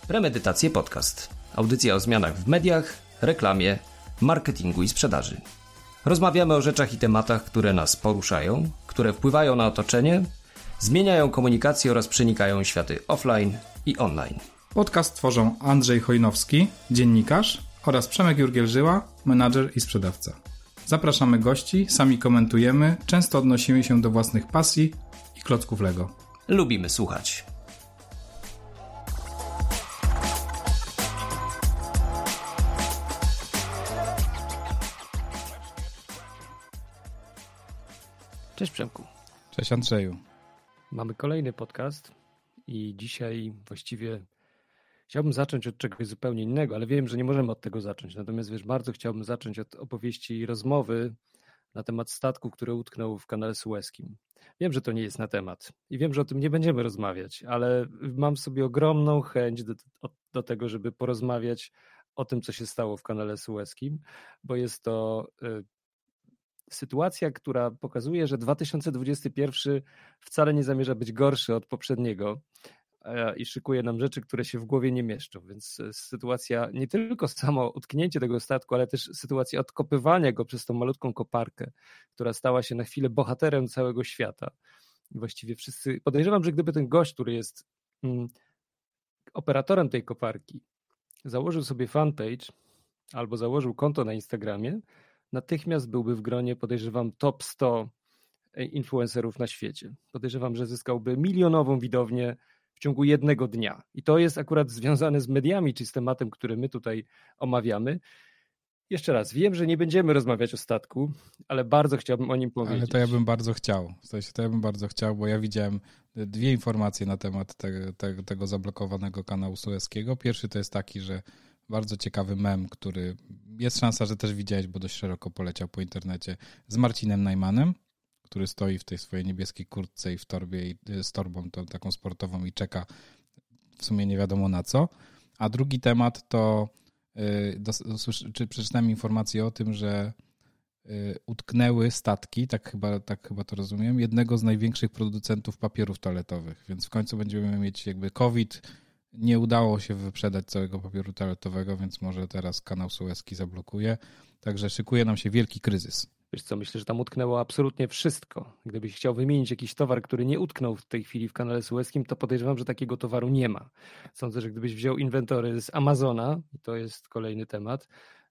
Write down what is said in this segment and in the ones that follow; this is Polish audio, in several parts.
Premedytacje Podcast. Audycja o zmianach w mediach, reklamie, marketingu i sprzedaży. Rozmawiamy o rzeczach i tematach, które nas poruszają, które wpływają na otoczenie, zmieniają komunikację oraz przenikają światy offline i online. Podcast tworzą Andrzej Chojnowski, dziennikarz, oraz Przemek Jurgiel-Żyła, menadżer i sprzedawca. Zapraszamy gości, sami komentujemy, często odnosimy się do własnych pasji i klocków Lego. Lubimy słuchać. Cześć Przemku. Cześć Andrzeju. Mamy kolejny podcast i dzisiaj właściwie chciałbym zacząć od czegoś zupełnie innego, ale wiem, że nie możemy od tego zacząć. Natomiast bardzo chciałbym zacząć od opowieści i rozmowy na temat statku, który utknął w kanale Sueskim. Wiem, że to nie jest na temat i wiem, że o tym nie będziemy rozmawiać, ale mam w sobie ogromną chęć do tego, żeby porozmawiać o tym, co się stało w kanale Sueskim, bo jest to sytuacja, która pokazuje, że 2021 wcale nie zamierza być gorszy od poprzedniego i szykuje nam rzeczy, które się w głowie nie mieszczą. Więc sytuacja, nie tylko samo utknięcie tego statku, ale też sytuacja odkopywania go przez tą malutką koparkę, która stała się na chwilę bohaterem całego świata. I właściwie wszyscy, podejrzewam, że gdyby ten gość, który jest operatorem tej koparki, założył sobie fanpage albo założył konto na Instagramie, natychmiast byłby w gronie, podejrzewam, top 100 influencerów na świecie. Podejrzewam, że zyskałby milionową widownię w ciągu jednego dnia. I to jest akurat związane z mediami, czy z tematem, który my tutaj omawiamy. Jeszcze raz, wiem, że nie będziemy rozmawiać o statku, ale bardzo chciałbym o nim powiedzieć. Ale to ja bym bardzo chciał. To ja bym bardzo chciał, bo ja widziałem dwie informacje na temat tego zablokowanego kanału Sueskiego. Pierwszy to jest taki, że bardzo ciekawy mem, który jest szansa, że też widziałeś, bo dość szeroko poleciał po internecie, z Marcinem Najmanem, który stoi w tej swojej niebieskiej kurtce i w torbie z torbą tą taką sportową i czeka w sumie nie wiadomo na co. A drugi temat to przeczytałem informację o tym, że utknęły statki, tak chyba to rozumiem, jednego z największych producentów papierów toaletowych, więc w końcu będziemy mieć jakby COVID. Nie udało się wyprzedać całego papieru toaletowego, więc może teraz kanał Sueski zablokuje. Także szykuje nam się wielki kryzys. Wiesz co, myślę, że tam utknęło absolutnie wszystko. Gdybyś chciał wymienić jakiś towar, który nie utknął w tej chwili w kanale Sueskim, to podejrzewam, że takiego towaru nie ma. Sądzę, że gdybyś wziął inwentory z Amazona, i to jest kolejny temat,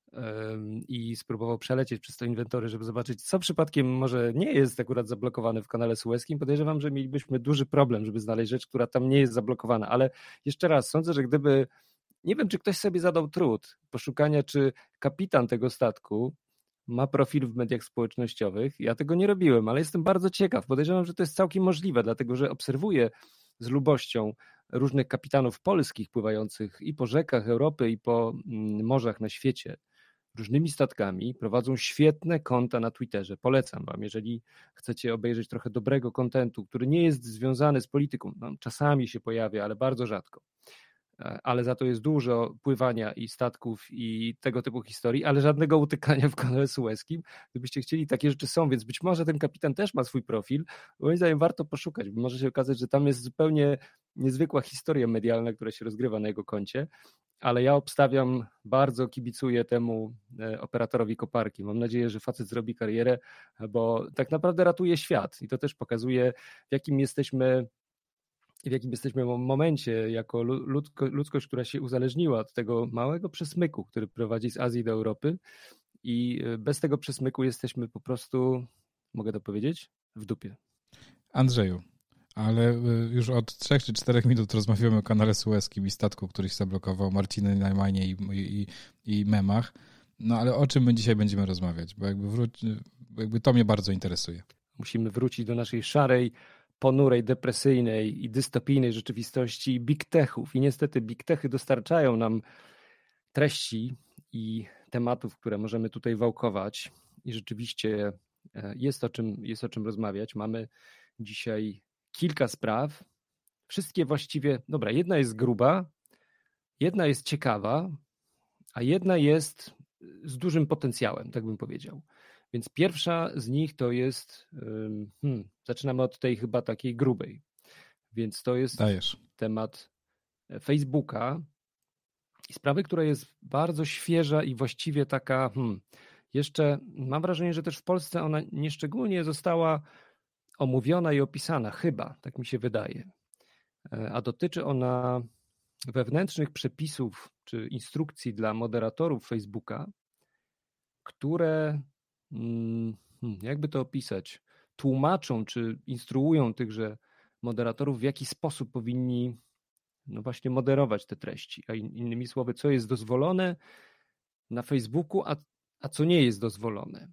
i spróbował przelecieć przez te inwentory, żeby zobaczyć, co przypadkiem może nie jest akurat zablokowane w kanale Sueskim, podejrzewam, że mielibyśmy duży problem, żeby znaleźć rzecz, która tam nie jest zablokowana. Ale jeszcze raz, sądzę, że gdyby, nie wiem, czy ktoś sobie zadał trud poszukania, czy kapitan tego statku ma profil w mediach społecznościowych. Ja tego nie robiłem, ale jestem bardzo ciekaw. Podejrzewam, że to jest całkiem możliwe, dlatego że obserwuję z lubością różnych kapitanów polskich pływających i po rzekach Europy, i po morzach na świecie różnymi statkami. Prowadzą świetne konta na Twitterze. Polecam wam, jeżeli chcecie obejrzeć trochę dobrego kontentu, który nie jest związany z polityką. No, czasami się pojawia, ale bardzo rzadko. Ale za to jest dużo pływania i statków i tego typu historii, ale żadnego utykania w kanale Sueskim. Gdybyście chcieli, takie rzeczy są, więc być może ten kapitan też ma swój profil. Moim zdaniem warto poszukać, bo może się okazać, że tam jest zupełnie niezwykła historia medialna, która się rozgrywa na jego koncie, ale ja obstawiam, bardzo kibicuję temu operatorowi koparki. Mam nadzieję, że facet zrobi karierę, bo tak naprawdę ratuje świat i to też pokazuje, w jakim jesteśmy momencie jako ludzkość, która się uzależniła od tego małego przesmyku, który prowadzi z Azji do Europy i bez tego przesmyku jesteśmy po prostu, mogę to powiedzieć, w dupie. Andrzeju, ale już od 3 czy 4 minut rozmawiamy o kanale Sueskim i statku, który się zablokował, Marcinie Najmanie i memach. No ale o czym my dzisiaj będziemy rozmawiać? Bo jakby to mnie bardzo interesuje. Musimy wrócić do naszej szarej, ponurej, depresyjnej i dystopijnej rzeczywistości big techów. I niestety big techy dostarczają nam treści i tematów, które możemy tutaj wałkować. I rzeczywiście jest o czym rozmawiać. Mamy dzisiaj kilka spraw. Wszystkie właściwie, dobra, jedna jest gruba, jedna jest ciekawa, a jedna jest z dużym potencjałem, tak bym powiedział. Więc pierwsza z nich to jest, zaczynamy od tej chyba takiej grubej, więc to jest temat Facebooka, I sprawy, która jest bardzo świeża i właściwie taka, jeszcze mam wrażenie, że też w Polsce ona nieszczególnie została omówiona i opisana, chyba, tak mi się wydaje. A dotyczy ona wewnętrznych przepisów czy instrukcji dla moderatorów Facebooka, które, jakby to opisać, tłumaczą czy instruują tychże moderatorów, w jaki sposób powinni no właśnie moderować te treści, a innymi słowy, co jest dozwolone na Facebooku, a co nie jest dozwolone.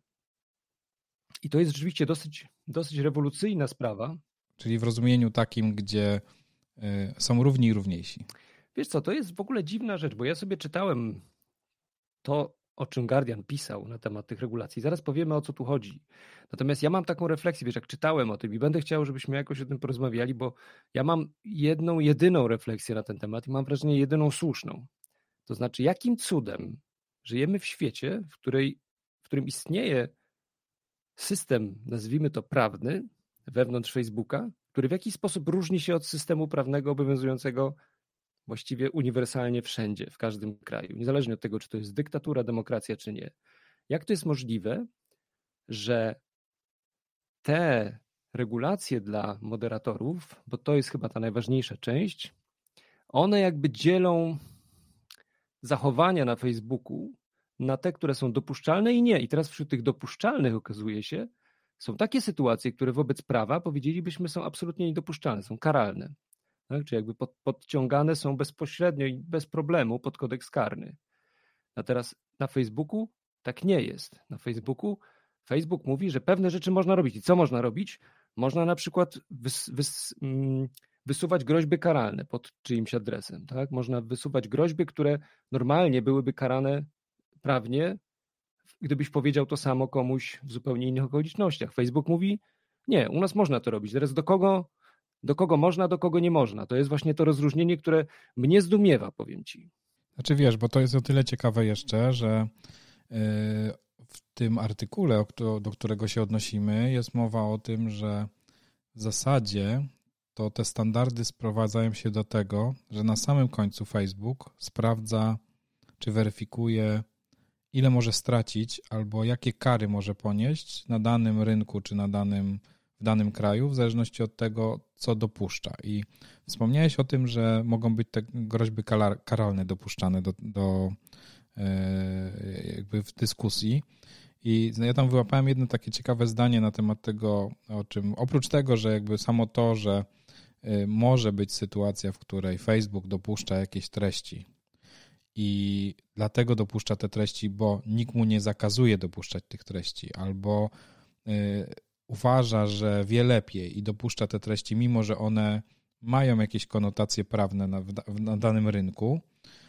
I to jest rzeczywiście dosyć rewolucyjna sprawa. Czyli w rozumieniu takim, gdzie są równi i równiejsi. Wiesz co, to jest w ogóle dziwna rzecz, bo ja sobie czytałem to, o czym Guardian pisał na temat tych regulacji. Zaraz powiemy, o co tu chodzi. Natomiast ja mam taką refleksję, wiesz, jak czytałem o tym i będę chciał, żebyśmy jakoś o tym porozmawiali, bo ja mam jedyną refleksję na ten temat i mam wrażenie jedyną słuszną. To znaczy, jakim cudem żyjemy w świecie, w którym istnieje system, nazwijmy to prawny, wewnątrz Facebooka, który w jakiś sposób różni się od systemu prawnego obowiązującego właściwie uniwersalnie wszędzie, w każdym kraju, niezależnie od tego, czy to jest dyktatura, demokracja, czy nie. Jak to jest możliwe, że te regulacje dla moderatorów, bo to jest chyba ta najważniejsza część, one jakby dzielą zachowania na Facebooku na te, które są dopuszczalne i nie. I teraz wśród tych dopuszczalnych okazuje się, są takie sytuacje, które wobec prawa powiedzielibyśmy są absolutnie niedopuszczalne, są karalne. Tak? Czy jakby podciągane są bezpośrednio i bez problemu pod kodeks karny. A teraz na Facebooku tak nie jest. Na Facebooku Facebook mówi, że pewne rzeczy można robić. I co można robić? Można na przykład wysuwać groźby karalne pod czyimś adresem. Tak? Można wysuwać groźby, które normalnie byłyby karane prawnie, gdybyś powiedział to samo komuś w zupełnie innych okolicznościach. Facebook mówi, nie, u nas można to robić. Teraz do kogo można, do kogo nie można. To jest właśnie to rozróżnienie, które mnie zdumiewa, powiem ci. Znaczy wiesz, bo to jest o tyle ciekawe jeszcze, że w tym artykule, do którego się odnosimy, jest mowa o tym, że w zasadzie to te standardy sprowadzają się do tego, że na samym końcu Facebook sprawdza, czy weryfikuje, ile może stracić albo jakie kary może ponieść na danym rynku czy w danym kraju, w zależności od tego, co dopuszcza. I wspomniałeś o tym, że mogą być te groźby karalne dopuszczane do jakby w dyskusji. I ja tam wyłapałem jedno takie ciekawe zdanie na temat tego, o czym oprócz tego, że jakby samo to, że może być sytuacja, w której Facebook dopuszcza jakieś treści i dlatego dopuszcza te treści, bo nikt mu nie zakazuje dopuszczać tych treści, albo uważa, że wie lepiej i dopuszcza te treści, mimo że one mają jakieś konotacje prawne na danym rynku,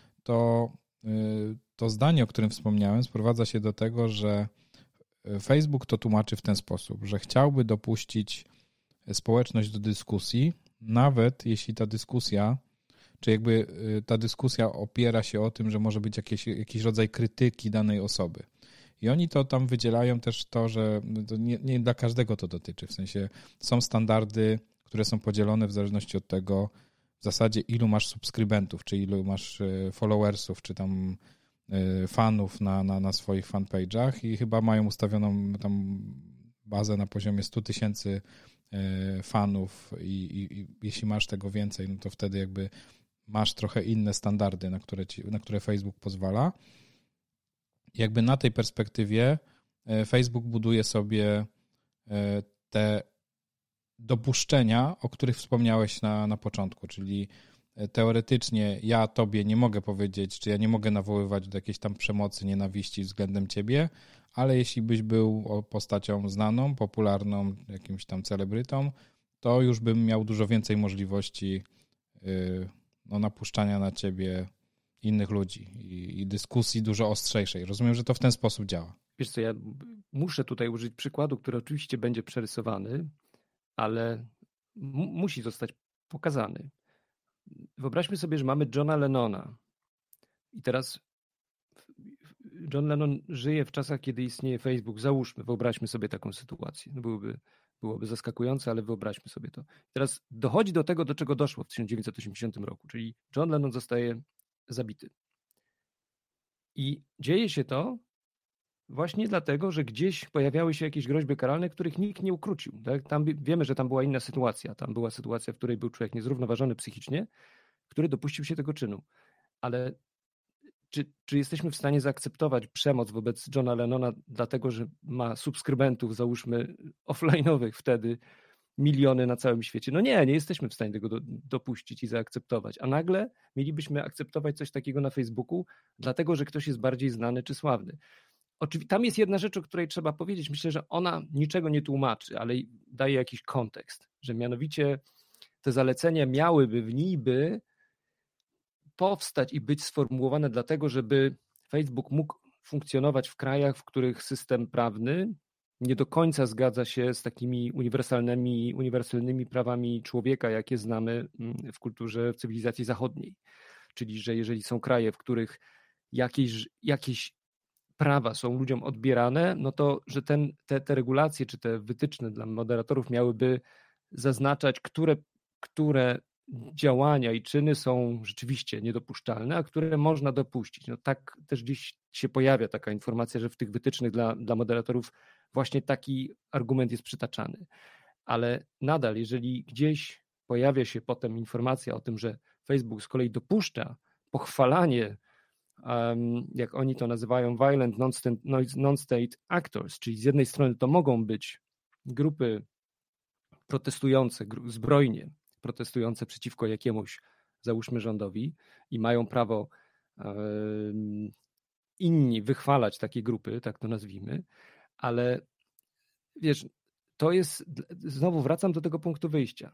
to zdanie, o którym wspomniałem, sprowadza się do tego, że Facebook to tłumaczy w ten sposób, że chciałby dopuścić społeczność do dyskusji, nawet jeśli ta dyskusja, czy jakby ta dyskusja opiera się o tym, że może być jakiś rodzaj krytyki danej osoby. I oni to tam wydzielają też to, że to nie dla każdego to dotyczy. W sensie są standardy, które są podzielone w zależności od tego w zasadzie ilu masz subskrybentów, czy ilu masz followersów, czy tam fanów na swoich fanpage'ach i chyba mają ustawioną tam bazę na poziomie 100 000 fanów i jeśli masz tego więcej, no to wtedy jakby masz trochę inne standardy, na które Facebook pozwala. Jakby na tej perspektywie Facebook buduje sobie te dopuszczenia, o których wspomniałeś na początku, czyli teoretycznie ja tobie nie mogę powiedzieć, czy ja nie mogę nawoływać do jakiejś tam przemocy, nienawiści względem ciebie, ale jeśli byś był postacią znaną, popularną, jakimś tam celebrytą, to już bym miał dużo więcej możliwości napuszczania na ciebie innych ludzi i dyskusji dużo ostrzejszej. Rozumiem, że to w ten sposób działa. Wiesz co, ja muszę tutaj użyć przykładu, który oczywiście będzie przerysowany, ale musi zostać pokazany. Wyobraźmy sobie, że mamy Johna Lennona i teraz John Lennon żyje w czasach, kiedy istnieje Facebook. Załóżmy, wyobraźmy sobie taką sytuację. Byłoby zaskakujące, ale wyobraźmy sobie to. Teraz dochodzi do tego, do czego doszło w 1980 roku, czyli John Lennon zostaje zabity. I dzieje się to właśnie dlatego, że gdzieś pojawiały się jakieś groźby karalne, których nikt nie ukrócił. Tak? Wiemy, że tam była inna sytuacja. Tam była sytuacja, w której był człowiek niezrównoważony psychicznie, który dopuścił się tego czynu. Ale czy jesteśmy w stanie zaakceptować przemoc wobec Johna Lennona, dlatego że ma subskrybentów, załóżmy, offline'owych wtedy, miliony na całym świecie? No nie jesteśmy w stanie tego dopuścić i zaakceptować. A nagle mielibyśmy akceptować coś takiego na Facebooku, dlatego że ktoś jest bardziej znany czy sławny. Oczywiście tam jest jedna rzecz, o której trzeba powiedzieć. Myślę, że ona niczego nie tłumaczy, ale daje jakiś kontekst, że mianowicie te zalecenia miałyby w niby powstać i być sformułowane dlatego, żeby Facebook mógł funkcjonować w krajach, w których system prawny nie do końca zgadza się z takimi uniwersalnymi prawami człowieka, jakie znamy w kulturze, w cywilizacji zachodniej. Czyli, że jeżeli są kraje, w których jakieś prawa są ludziom odbierane, no to, że te regulacje czy te wytyczne dla moderatorów miałyby zaznaczać, które działania i czyny są rzeczywiście niedopuszczalne, a które można dopuścić. No tak też gdzieś się pojawia taka informacja, że w tych wytycznych dla moderatorów właśnie taki argument jest przytaczany. Ale nadal, jeżeli gdzieś pojawia się potem informacja o tym, że Facebook z kolei dopuszcza pochwalanie, jak oni to nazywają, violent non-state actors, czyli z jednej strony to mogą być grupy protestujące, zbrojnie protestujące przeciwko jakiemuś, załóżmy, rządowi i mają prawo inni wychwalać takie grupy, tak to nazwijmy, ale wiesz, to jest, znowu wracam do tego punktu wyjścia.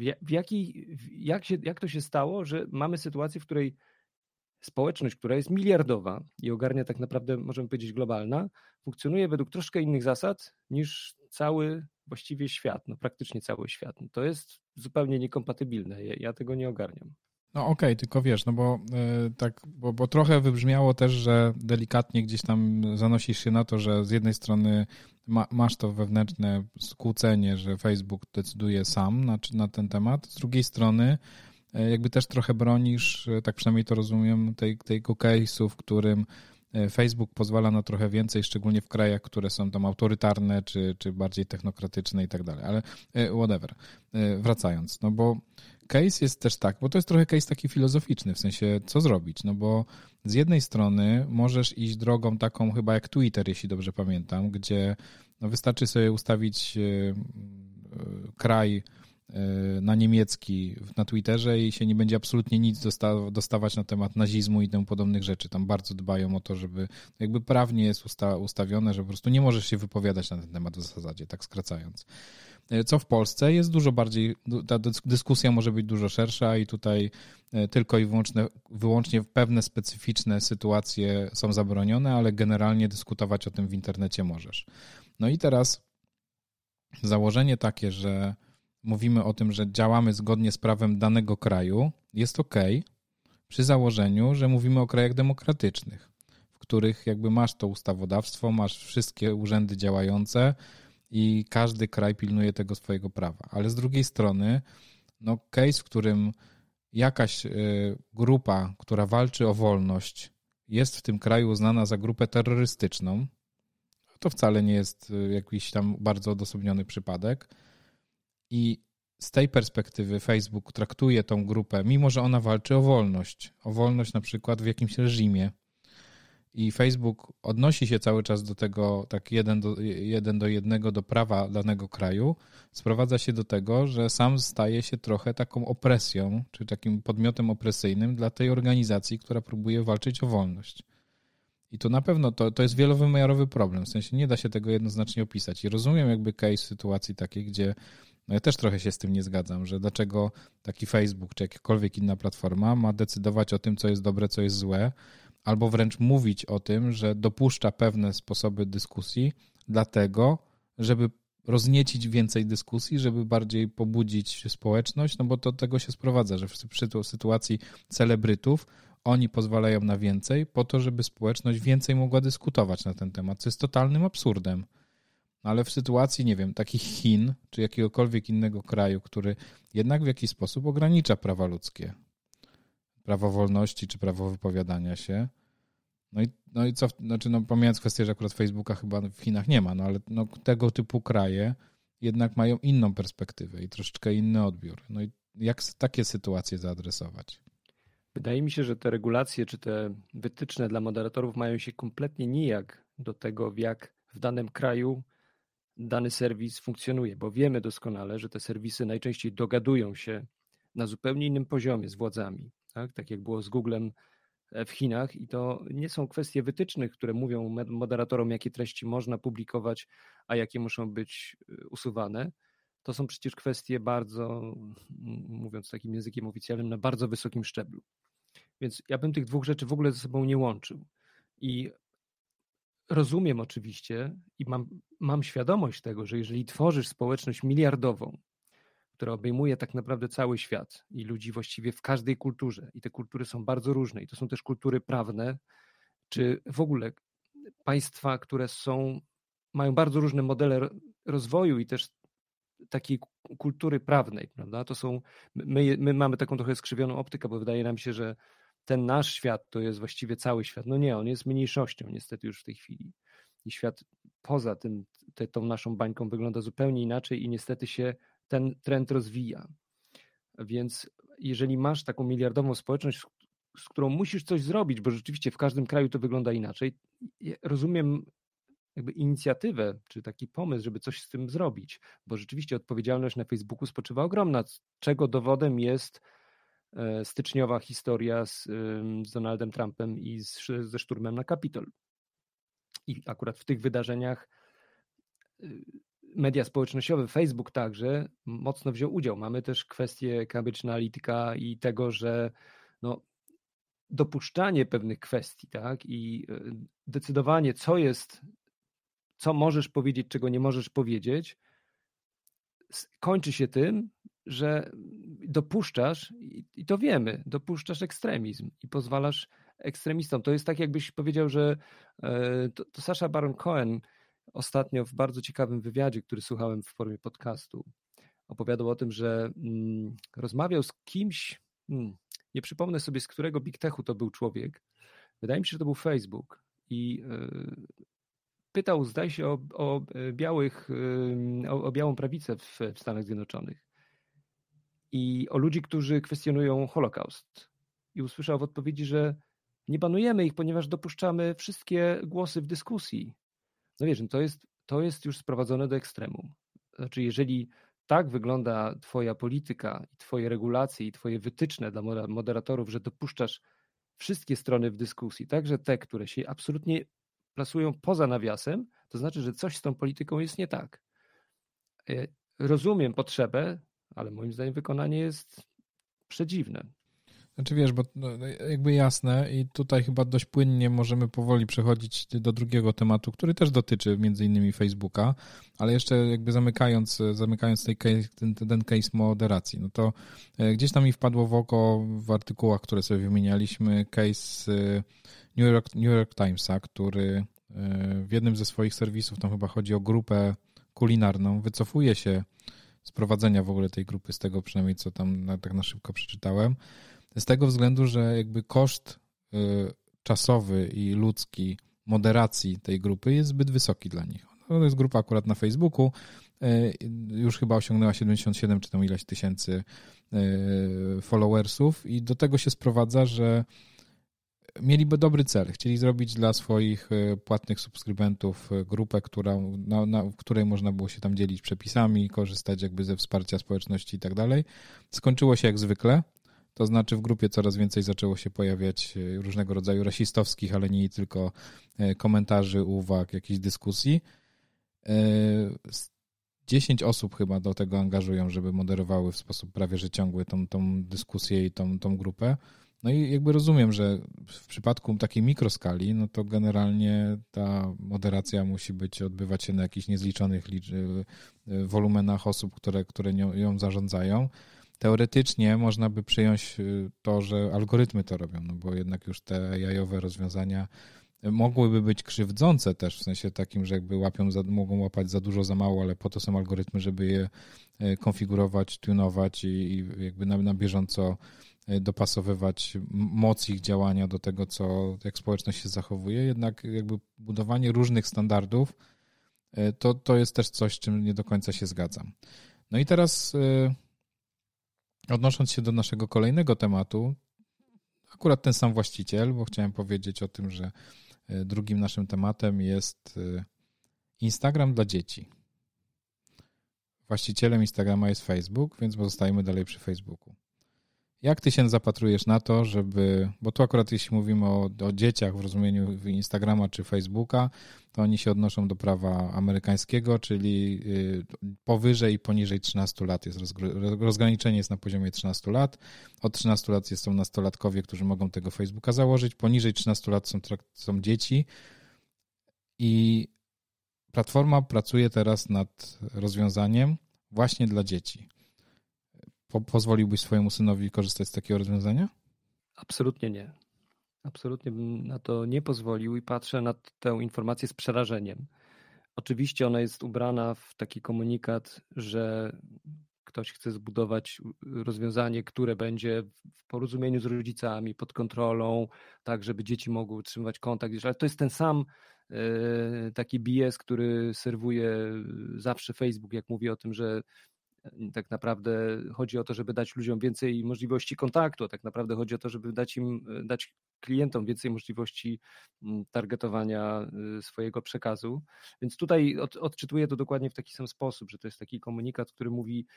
Jak to się stało, że mamy sytuację, w której społeczność, która jest miliardowa i ogarnia tak naprawdę, możemy powiedzieć, globalna, funkcjonuje według troszkę innych zasad niż cały właściwie świat, no praktycznie cały świat. No to jest zupełnie niekompatybilne. Ja tego nie ogarniam. No okej, tylko wiesz, no bo tak, bo trochę wybrzmiało też, że delikatnie gdzieś tam zanosisz się na to, że z jednej strony masz to wewnętrzne skłócenie, że Facebook decyduje sam na ten temat, z drugiej strony jakby też trochę bronisz, tak przynajmniej to rozumiem, tego case'u, w którym Facebook pozwala na trochę więcej, szczególnie w krajach, które są tam autorytarne, czy bardziej technokratyczne i tak dalej, ale whatever. Wracając, no bo case jest też tak, bo to jest trochę case taki filozoficzny, w sensie co zrobić, no bo z jednej strony możesz iść drogą taką chyba jak Twitter, jeśli dobrze pamiętam, gdzie no wystarczy sobie ustawić kraj na niemiecki na Twitterze i się nie będzie absolutnie nic dostawać na temat nazizmu i tym podobnych rzeczy. Tam bardzo dbają o to, żeby jakby prawnie jest ustawione, że po prostu nie możesz się wypowiadać na ten temat w zasadzie, tak skracając. Co w Polsce jest dużo bardziej, ta dyskusja może być dużo szersza i tutaj tylko i wyłącznie pewne specyficzne sytuacje są zabronione, ale generalnie dyskutować o tym w internecie możesz. No i teraz założenie takie, że mówimy o tym, że działamy zgodnie z prawem danego kraju, jest ok, przy założeniu, że mówimy o krajach demokratycznych, w których jakby masz to ustawodawstwo, masz wszystkie urzędy działające i każdy kraj pilnuje tego swojego prawa. Ale z drugiej strony, no case, w którym jakaś grupa, która walczy o wolność, jest w tym kraju uznana za grupę terrorystyczną, to wcale nie jest jakiś tam bardzo odosobniony przypadek. I z tej perspektywy Facebook traktuje tą grupę, mimo że ona walczy o wolność na przykład w jakimś reżimie. I Facebook odnosi się cały czas do tego tak jeden do jednego do prawa danego kraju, sprowadza się do tego, że sam staje się trochę taką opresją, czy takim podmiotem opresyjnym dla tej organizacji, która próbuje walczyć o wolność. I to na pewno to jest wielowymiarowy problem, w sensie nie da się tego jednoznacznie opisać. I rozumiem jakby case sytuacji takiej, gdzie no ja też trochę się z tym nie zgadzam, że dlaczego taki Facebook czy jakakolwiek inna platforma ma decydować o tym, co jest dobre, co jest złe, albo wręcz mówić o tym, że dopuszcza pewne sposoby dyskusji dlatego, żeby rozniecić więcej dyskusji, żeby bardziej pobudzić społeczność, no bo to tego się sprowadza, że przy sytuacji celebrytów oni pozwalają na więcej po to, żeby społeczność więcej mogła dyskutować na ten temat, co jest totalnym absurdem. Ale w sytuacji, nie wiem, takich Chin czy jakiegokolwiek innego kraju, który jednak w jakiś sposób ogranicza prawa ludzkie, prawo wolności czy prawo wypowiadania się, No i co, znaczy pomijając kwestię, że akurat Facebooka chyba w Chinach nie ma, ale tego typu kraje jednak mają inną perspektywę i troszeczkę inny odbiór. No i jak takie sytuacje zaadresować? Wydaje mi się, że te regulacje czy te wytyczne dla moderatorów mają się kompletnie nijak do tego, jak w danym kraju dany serwis funkcjonuje, bo wiemy doskonale, że te serwisy najczęściej dogadują się na zupełnie innym poziomie z władzami, tak jak było z Googlem w Chinach i to nie są kwestie wytycznych, które mówią moderatorom, jakie treści można publikować, a jakie muszą być usuwane. To są przecież kwestie bardzo, mówiąc takim językiem oficjalnym, na bardzo wysokim szczeblu. Więc ja bym tych dwóch rzeczy w ogóle ze sobą nie łączył. I rozumiem oczywiście i mam świadomość tego, że jeżeli tworzysz społeczność miliardową, która obejmuje tak naprawdę cały świat i ludzi właściwie w każdej kulturze, i te kultury są bardzo różne, i to są też kultury prawne, czy w ogóle państwa, które mają bardzo różne modele rozwoju i też takiej kultury prawnej, prawda? To są, my mamy taką trochę skrzywioną optykę, bo wydaje nam się, że ten nasz świat to jest właściwie cały świat. No nie, on jest mniejszością niestety już w tej chwili. I świat poza tym, tą naszą bańką wygląda zupełnie inaczej i niestety się ten trend rozwija. Więc jeżeli masz taką miliardową społeczność, z którą musisz coś zrobić, bo rzeczywiście w każdym kraju to wygląda inaczej, rozumiem jakby inicjatywę, czy taki pomysł, żeby coś z tym zrobić, bo rzeczywiście odpowiedzialność na Facebooku spoczywa ogromna, czego dowodem jest styczniowa historia z Donaldem Trumpem i ze szturmem na Kapitol. I akurat w tych wydarzeniach media społecznościowe, Facebook także mocno wziął udział. Mamy też kwestię Cambridge Analytica i tego, że dopuszczanie pewnych kwestii, tak, i decydowanie, co możesz powiedzieć, czego nie możesz powiedzieć, kończy się tym, że dopuszczasz, i to wiemy, dopuszczasz ekstremizm i pozwalasz ekstremistom. To jest tak, jakbyś powiedział, że to Sacha Baron Cohen ostatnio w bardzo ciekawym wywiadzie, który słuchałem w formie podcastu, opowiadał o tym, że rozmawiał z kimś, nie przypomnę sobie, z którego Big Techu to był człowiek. Wydaje mi się, że to był Facebook i pytał, zdaje się, o białą prawicę w Stanach Zjednoczonych i o ludzi, którzy kwestionują Holokaust. I usłyszał w odpowiedzi, że nie banujemy ich, ponieważ dopuszczamy wszystkie głosy w dyskusji. No wiesz, to jest już sprowadzone do ekstremum. Znaczy, jeżeli tak wygląda twoja polityka i twoje regulacje i twoje wytyczne dla moderatorów, że dopuszczasz wszystkie strony w dyskusji, także te, które się absolutnie plasują poza nawiasem, to znaczy, że coś z tą polityką jest nie tak. Rozumiem potrzebę, ale moim zdaniem wykonanie jest przedziwne. Znaczy wiesz, bo jakby jasne i tutaj chyba dość płynnie możemy powoli przechodzić do drugiego tematu, który też dotyczy między innymi Facebooka, ale jeszcze jakby zamykając ten case moderacji, no to gdzieś tam mi wpadło w oko w artykułach, które sobie wymienialiśmy, case New York Timesa, który w jednym ze swoich serwisów, tam chyba chodzi o grupę kulinarną, wycofuje się z prowadzenia w ogóle tej grupy, z tego przynajmniej co tam tak na szybko przeczytałem, z tego względu, że jakby koszt czasowy i ludzki moderacji tej grupy jest zbyt wysoki dla nich. To jest grupa akurat na Facebooku, już chyba osiągnęła 77 czy tam ileś tysięcy followersów i do tego się sprowadza, że mieliby dobry cel. Chcieli zrobić dla swoich płatnych subskrybentów grupę, w której można było się tam dzielić przepisami, korzystać jakby ze wsparcia społeczności i tak dalej. Skończyło się jak zwykle. To znaczy w grupie coraz więcej zaczęło się pojawiać różnego rodzaju rasistowskich, ale nie tylko komentarzy, uwag, jakichś dyskusji. 10 osób chyba do tego angażują, żeby moderowały w sposób prawie że ciągły tą dyskusję i tą grupę. No i jakby rozumiem, że w przypadku takiej mikroskali, no to generalnie ta moderacja musi odbywać się na jakichś niezliczonych wolumenach osób, które ją zarządzają. Teoretycznie można by przyjąć to, że algorytmy to robią, no bo jednak już te AI-owe rozwiązania mogłyby być krzywdzące też, w sensie takim, że jakby mogą łapać za dużo, za mało, ale po to są algorytmy, żeby je konfigurować, tunować i jakby na bieżąco dopasowywać moc ich działania do tego, jak społeczność się zachowuje, jednak jakby budowanie różnych standardów to jest też coś, z czym nie do końca się zgadzam. No i teraz odnosząc się do naszego kolejnego tematu, akurat ten sam właściciel, bo chciałem powiedzieć o tym, że drugim naszym tematem jest Instagram dla dzieci. Właścicielem Instagrama jest Facebook, więc pozostajemy dalej przy Facebooku. Jak ty się zapatrujesz na to, bo tu akurat jeśli mówimy o dzieciach w rozumieniu Instagrama czy Facebooka, to oni się odnoszą do prawa amerykańskiego, czyli powyżej i poniżej 13 lat jest rozgraniczenie jest na poziomie 13 lat. Od 13 lat są nastolatkowie, którzy mogą tego Facebooka założyć. Poniżej 13 lat są dzieci i platforma pracuje teraz nad rozwiązaniem właśnie dla dzieci. Pozwoliłbyś swojemu synowi korzystać z takiego rozwiązania? Absolutnie nie. Absolutnie bym na to nie pozwolił i patrzę na tę informację z przerażeniem. Oczywiście ona jest ubrana w taki komunikat, że ktoś chce zbudować rozwiązanie, które będzie w porozumieniu z rodzicami, pod kontrolą, tak żeby dzieci mogły utrzymywać kontakt. Ale to jest ten sam taki BS, który serwuje zawsze Facebook, jak mówi o tym, że tak naprawdę chodzi o to, żeby dać ludziom więcej możliwości kontaktu, a tak naprawdę chodzi o to, żeby dać klientom więcej możliwości targetowania swojego przekazu. Więc tutaj odczytuję to dokładnie w taki sam sposób, że to jest taki komunikat, który mówi: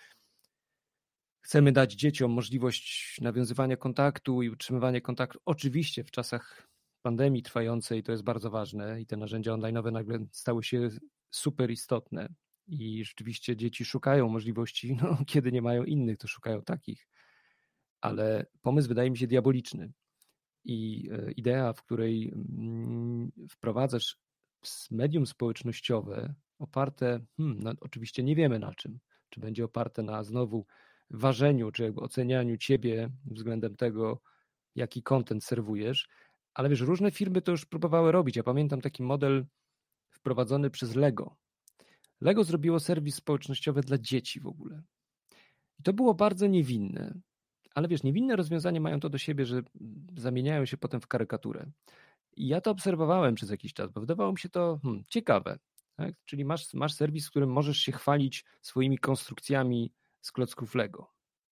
chcemy dać dzieciom możliwość nawiązywania kontaktu i utrzymywania kontaktu. Oczywiście w czasach pandemii trwającej to jest bardzo ważne i te narzędzia online'owe nagle stały się super istotne. I rzeczywiście dzieci szukają możliwości, kiedy nie mają innych, to szukają takich. Ale pomysł wydaje mi się diaboliczny. I idea, w której wprowadzasz medium społecznościowe oparte, oczywiście nie wiemy na czym, czy będzie oparte na znowu ważeniu, czy jakby ocenianiu ciebie względem tego, jaki content serwujesz, ale wiesz, różne firmy to już próbowały robić. Ja pamiętam taki model wprowadzony przez Lego. Lego zrobiło serwis społecznościowy dla dzieci w ogóle. I to było bardzo niewinne. Ale wiesz, niewinne rozwiązania mają to do siebie, że zamieniają się potem w karykaturę. I ja to obserwowałem przez jakiś czas, bo wydawało mi się to ciekawe. Tak? Czyli masz serwis, w którym możesz się chwalić swoimi konstrukcjami z klocków Lego.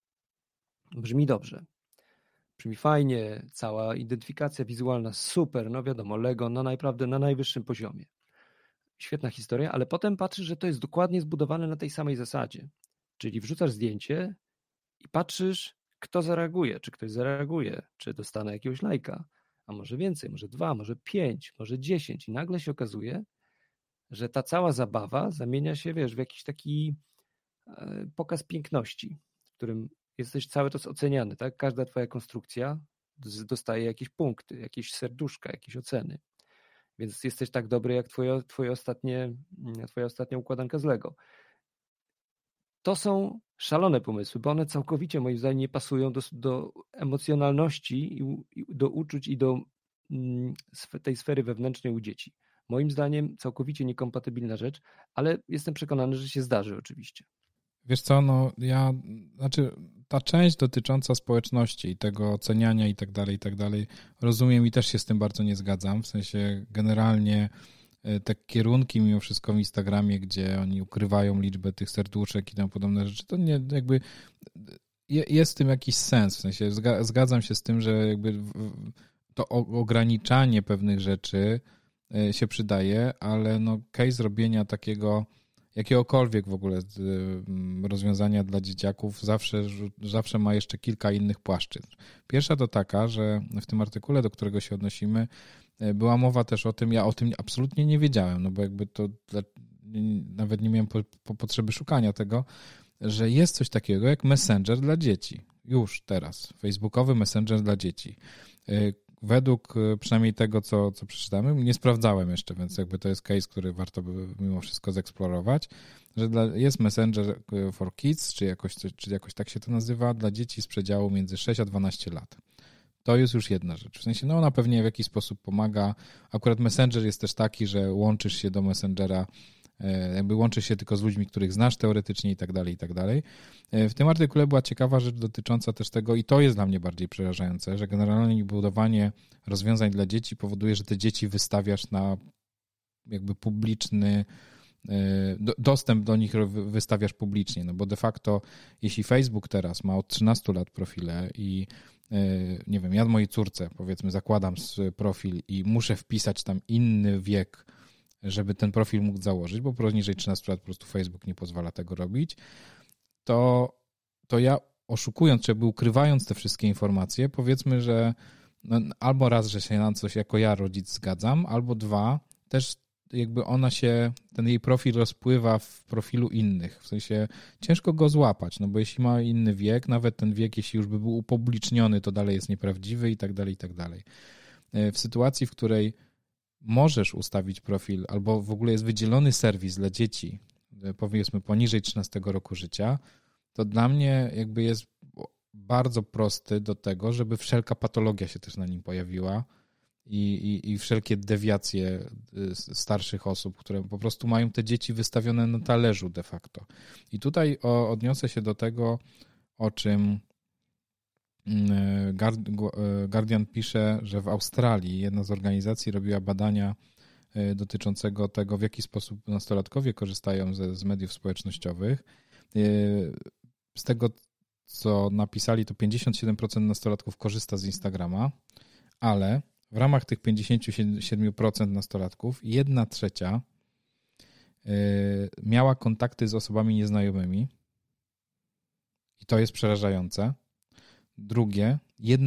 Brzmi dobrze. Brzmi fajnie, cała identyfikacja wizualna super, no wiadomo, Lego naprawdę na najwyższym poziomie. Świetna historia, ale potem patrzysz, że to jest dokładnie zbudowane na tej samej zasadzie. Czyli wrzucasz zdjęcie i patrzysz, kto zareaguje, czy ktoś zareaguje, czy dostanę jakiegoś lajka, a może więcej, może 2, może 5, może 10 i nagle się okazuje, że ta cała zabawa zamienia się, wiesz, w jakiś taki pokaz piękności, w którym jesteś cały czas oceniany, tak? Każda twoja konstrukcja dostaje jakieś punkty, jakieś serduszka, jakieś oceny. Więc jesteś tak dobry jak twoja ostatnia układanka z Lego. To są szalone pomysły, bo one całkowicie moim zdaniem nie pasują do emocjonalności, do uczuć i do tej sfery wewnętrznej u dzieci. Moim zdaniem całkowicie niekompatybilna rzecz, ale jestem przekonany, że się zdarzy oczywiście. Wiesz co, ta część dotycząca społeczności i tego oceniania i tak dalej, rozumiem i też się z tym bardzo nie zgadzam, w sensie generalnie te kierunki mimo wszystko w Instagramie, gdzie oni ukrywają liczbę tych serduszek i tam podobne rzeczy, to nie jakby jest w tym jakiś sens, w sensie zgadzam się z tym, że jakby to ograniczanie pewnych rzeczy się przydaje, ale case robienia jakiegokolwiek w ogóle rozwiązania dla dzieciaków zawsze ma jeszcze kilka innych płaszczyzn. Pierwsza to taka, że w tym artykule, do którego się odnosimy, była mowa też o tym, ja o tym absolutnie nie wiedziałem, bo jakby to nawet nie miałem potrzeby szukania tego, że jest coś takiego jak Messenger dla dzieci. Już teraz. Facebookowy Messenger dla dzieci. Według przynajmniej tego, co przeczytamy, nie sprawdzałem jeszcze, więc jakby to jest case, który warto by mimo wszystko zeksplorować, że jest Messenger for Kids, czy jakoś tak się to nazywa, dla dzieci z przedziału między 6 a 12 lat. To jest już jedna rzecz. W sensie, ona pewnie w jakiś sposób pomaga. Akurat Messenger jest też taki, że łączysz się do Messengera jakby łączysz się tylko z ludźmi, których znasz teoretycznie i tak dalej, i tak dalej. W tym artykule była ciekawa rzecz dotycząca też tego, i to jest dla mnie bardziej przerażające, że generalnie budowanie rozwiązań dla dzieci powoduje, że te dzieci wystawiasz na jakby publiczny dostęp do nich wystawiasz publicznie, no bo de facto jeśli Facebook teraz ma od 13 lat profile i nie wiem, ja mojej córce powiedzmy zakładam profil i muszę wpisać tam inny wiek, żeby ten profil mógł założyć, bo poniżej 13 lat po prostu Facebook nie pozwala tego robić, to ja oszukując, czy jakby ukrywając te wszystkie informacje, powiedzmy, że no, albo raz, że się na coś jako ja rodzic zgadzam, albo dwa, też jakby ten jej profil rozpływa w profilu innych, w sensie ciężko go złapać, no bo jeśli ma inny wiek, nawet ten wiek, jeśli już by był upubliczniony, to dalej jest nieprawdziwy i tak dalej, i tak dalej. W sytuacji, w której możesz ustawić profil, albo w ogóle jest wydzielony serwis dla dzieci, powiedzmy poniżej 13 roku życia, to dla mnie jakby jest bardzo prosty do tego, żeby wszelka patologia się też na nim pojawiła i wszelkie dewiacje starszych osób, które po prostu mają te dzieci wystawione na talerzu de facto. I tutaj odniosę się do tego, o czym Guardian pisze, że w Australii jedna z organizacji robiła badania dotyczącego tego, w jaki sposób nastolatkowie korzystają z mediów społecznościowych. Z tego, co napisali, to 57% nastolatków korzysta z Instagrama, ale w ramach tych 57% nastolatków 1/3 miała kontakty z osobami nieznajomymi i to jest przerażające. Drugie,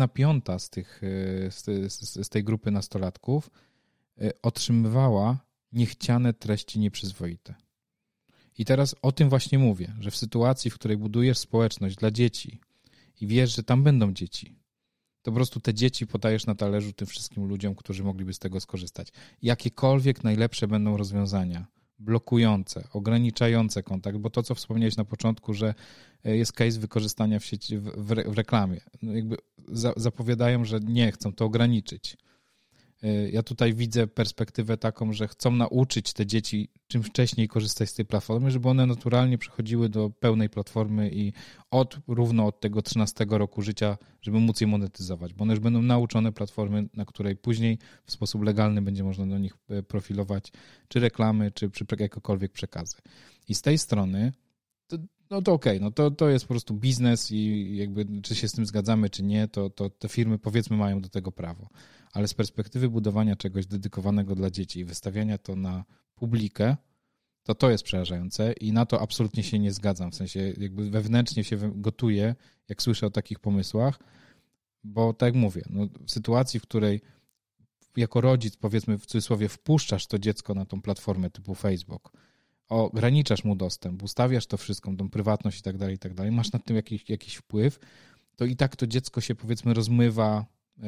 1/5 z tej grupy nastolatków otrzymywała niechciane treści nieprzyzwoite. I teraz o tym właśnie mówię, że w sytuacji, w której budujesz społeczność dla dzieci i wiesz, że tam będą dzieci, to po prostu te dzieci podajesz na talerzu tym wszystkim ludziom, którzy mogliby z tego skorzystać. Jakiekolwiek najlepsze będą rozwiązania, blokujące, ograniczające kontakt, bo to, co wspomniałeś na początku, że jest case wykorzystania w sieci, w reklamie. No jakby zapowiadają, że nie, chcą to ograniczyć. Ja tutaj widzę perspektywę taką, że chcą nauczyć te dzieci czym wcześniej korzystać z tej platformy, żeby one naturalnie przechodziły do pełnej platformy i równo od tego 13 roku życia, żeby móc je monetyzować, bo one już będą nauczone platformy, na której później w sposób legalny będzie można do nich profilować czy reklamy, czy jakiekolwiek przekazy. I z tej strony to okej, no to jest po prostu biznes i jakby czy się z tym zgadzamy, czy nie, to te firmy powiedzmy mają do tego prawo. Ale z perspektywy budowania czegoś dedykowanego dla dzieci i wystawiania to na publikę, to jest przerażające i na to absolutnie się nie zgadzam. W sensie jakby wewnętrznie się gotuję, jak słyszę o takich pomysłach, bo tak jak mówię, no w sytuacji, w której jako rodzic, powiedzmy w cudzysłowie, wpuszczasz to dziecko na tą platformę typu Facebook, ograniczasz mu dostęp, ustawiasz to wszystko, tą prywatność i tak dalej, masz nad tym jakiś wpływ, to i tak to dziecko się powiedzmy rozmywa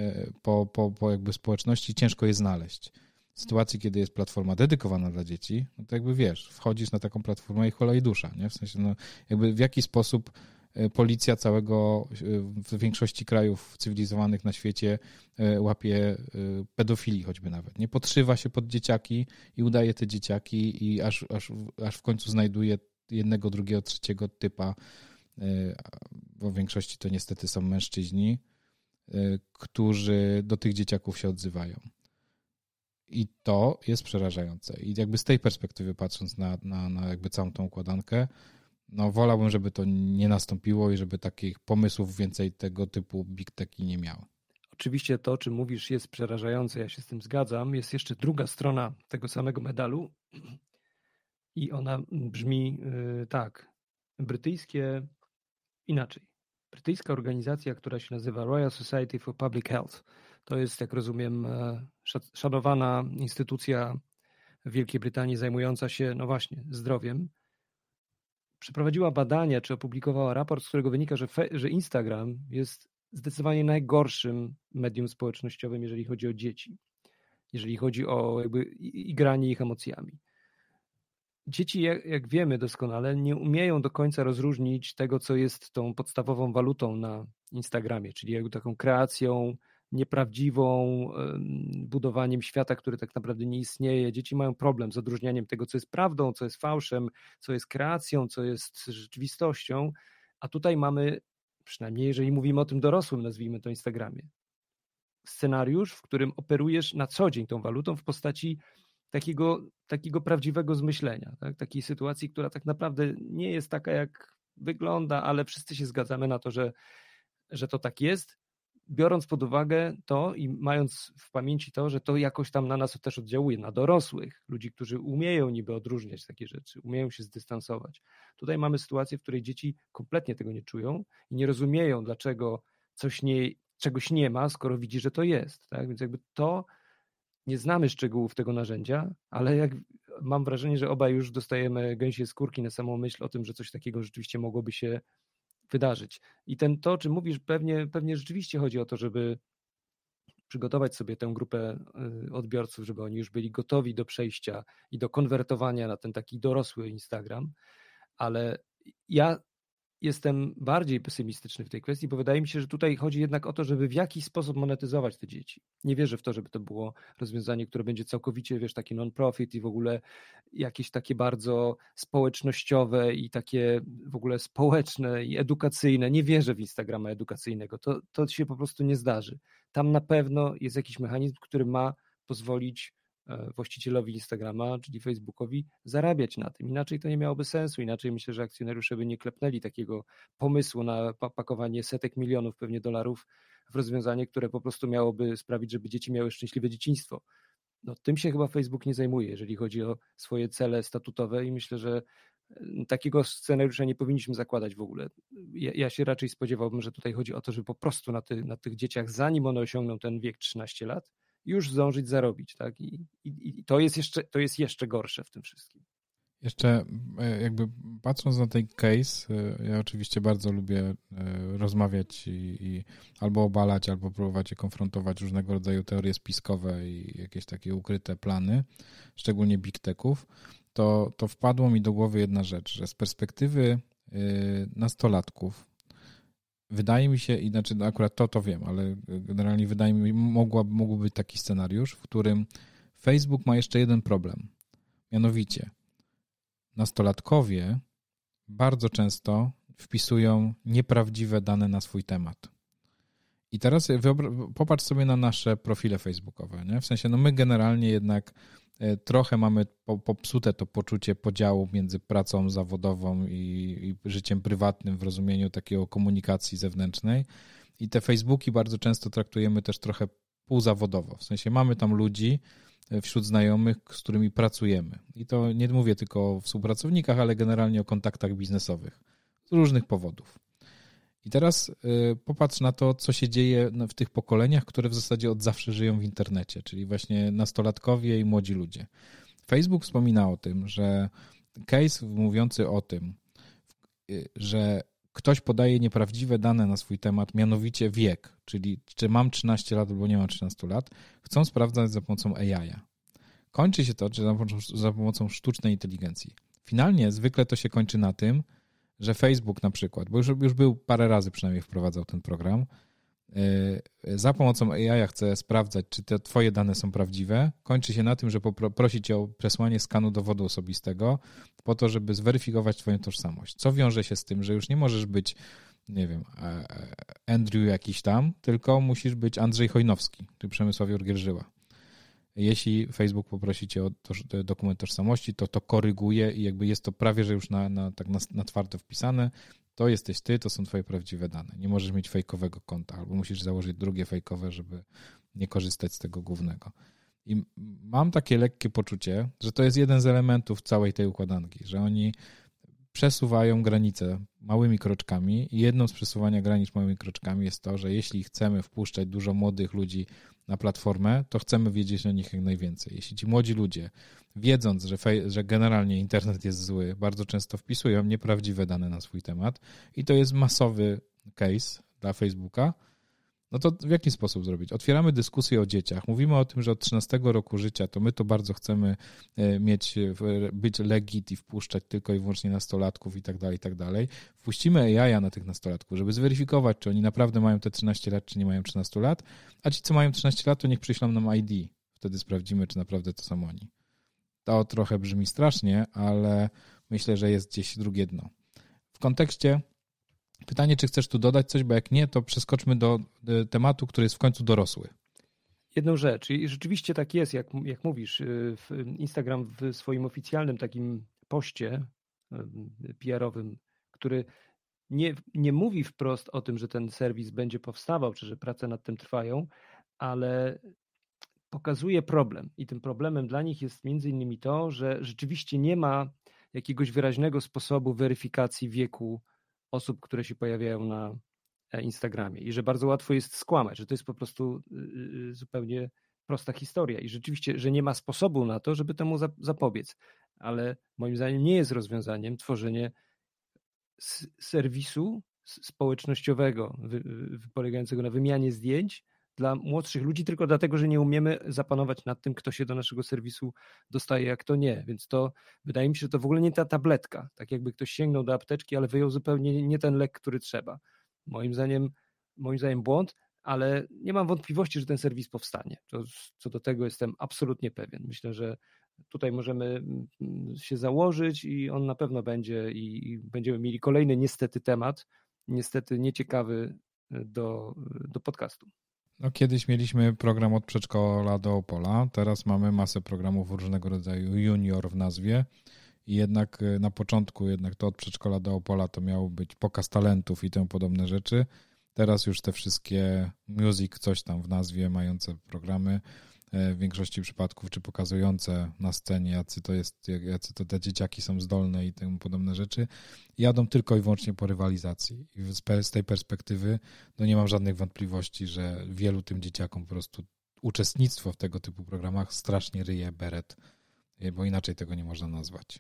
po jakby społeczności, ciężko je znaleźć. W sytuacji, kiedy jest platforma dedykowana dla dzieci, no to jakby wiesz, wchodzisz na taką platformę i cholej dusza, nie? W sensie, no jakby w jaki sposób policja w większości krajów cywilizowanych na świecie łapie pedofilii choćby nawet, nie? Podszywa się pod dzieciaki i udaje te dzieciaki i aż w końcu znajduje jednego, drugiego, trzeciego typa, bo w większości to niestety są mężczyźni, którzy do tych dzieciaków się odzywają. I to jest przerażające. I jakby z tej perspektywy patrząc na jakby całą tą układankę, no wolałbym, żeby to nie nastąpiło i żeby takich pomysłów więcej tego typu big techy nie miały. Oczywiście to, o czym mówisz, jest przerażające, ja się z tym zgadzam. Jest jeszcze druga strona tego samego medalu i ona brzmi tak. Brytyjska organizacja, która się nazywa Royal Society for Public Health. To jest, jak rozumiem, szanowana instytucja w Wielkiej Brytanii zajmująca się, no właśnie, zdrowiem. Przeprowadziła badania, czy opublikowała raport, z którego wynika, że Instagram jest zdecydowanie najgorszym medium społecznościowym, jeżeli chodzi o dzieci. Jeżeli chodzi o jakby igranie ich emocjami. Dzieci, jak wiemy doskonale, nie umieją do końca rozróżnić tego, co jest tą podstawową walutą na Instagramie, czyli jakby taką kreacją nieprawdziwą budowaniem świata, który tak naprawdę nie istnieje. Dzieci mają problem z odróżnianiem tego, co jest prawdą, co jest fałszem, co jest kreacją, co jest rzeczywistością, a tutaj mamy, przynajmniej jeżeli mówimy o tym dorosłym, nazwijmy to Instagramie, scenariusz, w którym operujesz na co dzień tą walutą w postaci takiego prawdziwego zmyślenia, tak? Takiej sytuacji, która tak naprawdę nie jest taka, jak wygląda, ale wszyscy się zgadzamy na to, że to tak jest, biorąc pod uwagę to i mając w pamięci to, że to jakoś tam na nas też oddziałuje, na dorosłych, ludzi, którzy umieją niby odróżniać takie rzeczy, umieją się zdystansować. Tutaj mamy sytuację, w której dzieci kompletnie tego nie czują i nie rozumieją, dlaczego czegoś nie ma, skoro widzi, że to jest. Tak? Więc jakby to nie znamy szczegółów tego narzędzia, ale jak mam wrażenie, że obaj już dostajemy gęsiej skórki na samą myśl o tym, że coś takiego rzeczywiście mogłoby się wydarzyć. I to, o czym mówisz, pewnie rzeczywiście chodzi o to, żeby przygotować sobie tę grupę odbiorców, żeby oni już byli gotowi do przejścia i do konwertowania na ten taki dorosły Instagram, ale ja jestem bardziej pesymistyczny w tej kwestii, bo wydaje mi się, że tutaj chodzi jednak o to, żeby w jakiś sposób monetyzować te dzieci. Nie wierzę w to, żeby to było rozwiązanie, które będzie całkowicie, taki non-profit i w ogóle jakieś takie bardzo społecznościowe i takie w ogóle społeczne i edukacyjne. Nie wierzę w Instagrama edukacyjnego. To się po prostu nie zdarzy. Tam na pewno jest jakiś mechanizm, który ma pozwolić właścicielowi Instagrama, czyli Facebookowi, zarabiać na tym. Inaczej to nie miałoby sensu. Inaczej myślę, że akcjonariusze by nie klepnęli takiego pomysłu na pakowanie setek milionów pewnie dolarów w rozwiązanie, które po prostu miałoby sprawić, żeby dzieci miały szczęśliwe dzieciństwo. No, tym się chyba Facebook nie zajmuje, jeżeli chodzi o swoje cele statutowe i myślę, że takiego scenariusza nie powinniśmy zakładać w ogóle. Ja się raczej spodziewałbym, że tutaj chodzi o to, żeby po prostu na tych dzieciach, zanim one osiągną ten wiek 13 lat, już zdążyć zarobić, tak? I to jest jeszcze gorsze w tym wszystkim. Jeszcze jakby patrząc na ten case, ja oczywiście bardzo lubię rozmawiać i albo obalać, albo próbować je konfrontować różnego rodzaju teorie spiskowe i jakieś takie ukryte plany, szczególnie big techów, to wpadło mi do głowy jedna rzecz, że z perspektywy nastolatków wydaje mi się, inaczej akurat to wiem, ale generalnie wydaje mi się, mógłby być taki scenariusz, w którym Facebook ma jeszcze jeden problem. Mianowicie nastolatkowie bardzo często wpisują nieprawdziwe dane na swój temat. I teraz popatrz sobie na nasze profile facebookowe. Nie? W sensie, my generalnie jednak trochę mamy popsute to poczucie podziału między pracą zawodową i życiem prywatnym w rozumieniu takiego komunikacji zewnętrznej. I te Facebooki bardzo często traktujemy też trochę półzawodowo. W sensie mamy tam ludzi wśród znajomych, z którymi pracujemy. I to nie mówię tylko o współpracownikach, ale generalnie o kontaktach biznesowych z różnych powodów. I teraz popatrz na to, co się dzieje w tych pokoleniach, które w zasadzie od zawsze żyją w internecie, czyli właśnie nastolatkowie i młodzi ludzie. Facebook wspomina o tym, że case mówiący o tym, że ktoś podaje nieprawdziwe dane na swój temat, mianowicie wiek, czyli czy mam 13 lat albo nie mam 13 lat, chcą sprawdzać za pomocą AI. Kończy się to, czy za pomocą sztucznej inteligencji. Finalnie zwykle to się kończy na tym, że Facebook na przykład, bo już był parę razy przynajmniej wprowadzał ten program, za pomocą AI chce sprawdzać, czy te twoje dane są prawdziwe. Kończy się na tym, że prosi cię o przesłanie skanu dowodu osobistego po to, żeby zweryfikować twoją tożsamość. Co wiąże się z tym, że już nie możesz być, nie wiem, Andrew jakiś tam, tylko musisz być Andrzej Chojnowski, czy Przemysław Jurgiel-Żyła. Jeśli Facebook poprosi cię o dokument tożsamości, to koryguje i jakby jest to prawie, że już na twardo wpisane. To jesteś ty, to są twoje prawdziwe dane. Nie możesz mieć fejkowego konta, albo musisz założyć drugie fejkowe, żeby nie korzystać z tego głównego. I mam takie lekkie poczucie, że to jest jeden z elementów całej tej układanki, że oni przesuwają granice małymi kroczkami i jedną z przesuwania granic małymi kroczkami jest to, że jeśli chcemy wpuszczać dużo młodych ludzi na platformę, to chcemy wiedzieć o nich jak najwięcej. Jeśli ci młodzi ludzie, wiedząc, że generalnie internet jest zły, bardzo często wpisują nieprawdziwe dane na swój temat i to jest masowy case dla Facebooka, No to w jaki sposób zrobić? Otwieramy dyskusję o dzieciach. Mówimy o tym, że od 13 roku życia to my to bardzo chcemy być legit i wpuszczać tylko i wyłącznie nastolatków i tak dalej, i tak dalej. Wpuścimy AI na tych nastolatków, żeby zweryfikować, czy oni naprawdę mają te 13 lat, czy nie mają 13 lat, a ci, co mają 13 lat, to niech przyślą nam ID. Wtedy sprawdzimy, czy naprawdę to są oni. To trochę brzmi strasznie, ale myślę, że jest gdzieś drugie dno. W kontekście pytanie, czy chcesz tu dodać coś, bo jak nie, to przeskoczmy do tematu, który jest w końcu dorosły. Jedną rzecz, i rzeczywiście tak jest, jak mówisz, Instagram w swoim oficjalnym takim poście PR-owym, który nie mówi wprost o tym, że ten serwis będzie powstawał, czy że prace nad tym trwają, ale pokazuje problem. I tym problemem dla nich jest między innymi to, że rzeczywiście nie ma jakiegoś wyraźnego sposobu weryfikacji wieku osób, które się pojawiają na Instagramie i że bardzo łatwo jest skłamać, że to jest po prostu zupełnie prosta historia i rzeczywiście, że nie ma sposobu na to, żeby temu zapobiec. Ale moim zdaniem nie jest rozwiązaniem tworzenie serwisu społecznościowego polegającego na wymianie zdjęć dla młodszych ludzi tylko dlatego, że nie umiemy zapanować nad tym, kto się do naszego serwisu dostaje, a kto nie. Więc to wydaje mi się, że to w ogóle nie ta tabletka. Tak jakby ktoś sięgnął do apteczki, ale wyjął zupełnie nie ten lek, który trzeba. Moim zdaniem błąd, ale nie mam wątpliwości, że ten serwis powstanie. Co do tego jestem absolutnie pewien. Myślę, że tutaj możemy się założyć i on na pewno będzie i będziemy mieli kolejny niestety temat, niestety nieciekawy do podcastu. No, kiedyś mieliśmy program od przedszkola do Opola, teraz mamy masę programów różnego rodzaju junior w nazwie i jednak na początku to od przedszkola do Opola to miało być pokaz talentów i tym podobne rzeczy. Teraz już te wszystkie music coś tam w nazwie mające programy w większości przypadków, czy pokazujące na scenie, jacy to te dzieciaki są zdolne i tym podobne rzeczy, jadą tylko i wyłącznie po rywalizacji. I z tej perspektywy nie mam żadnych wątpliwości, że wielu tym dzieciakom po prostu uczestnictwo w tego typu programach strasznie ryje beret, bo inaczej tego nie można nazwać.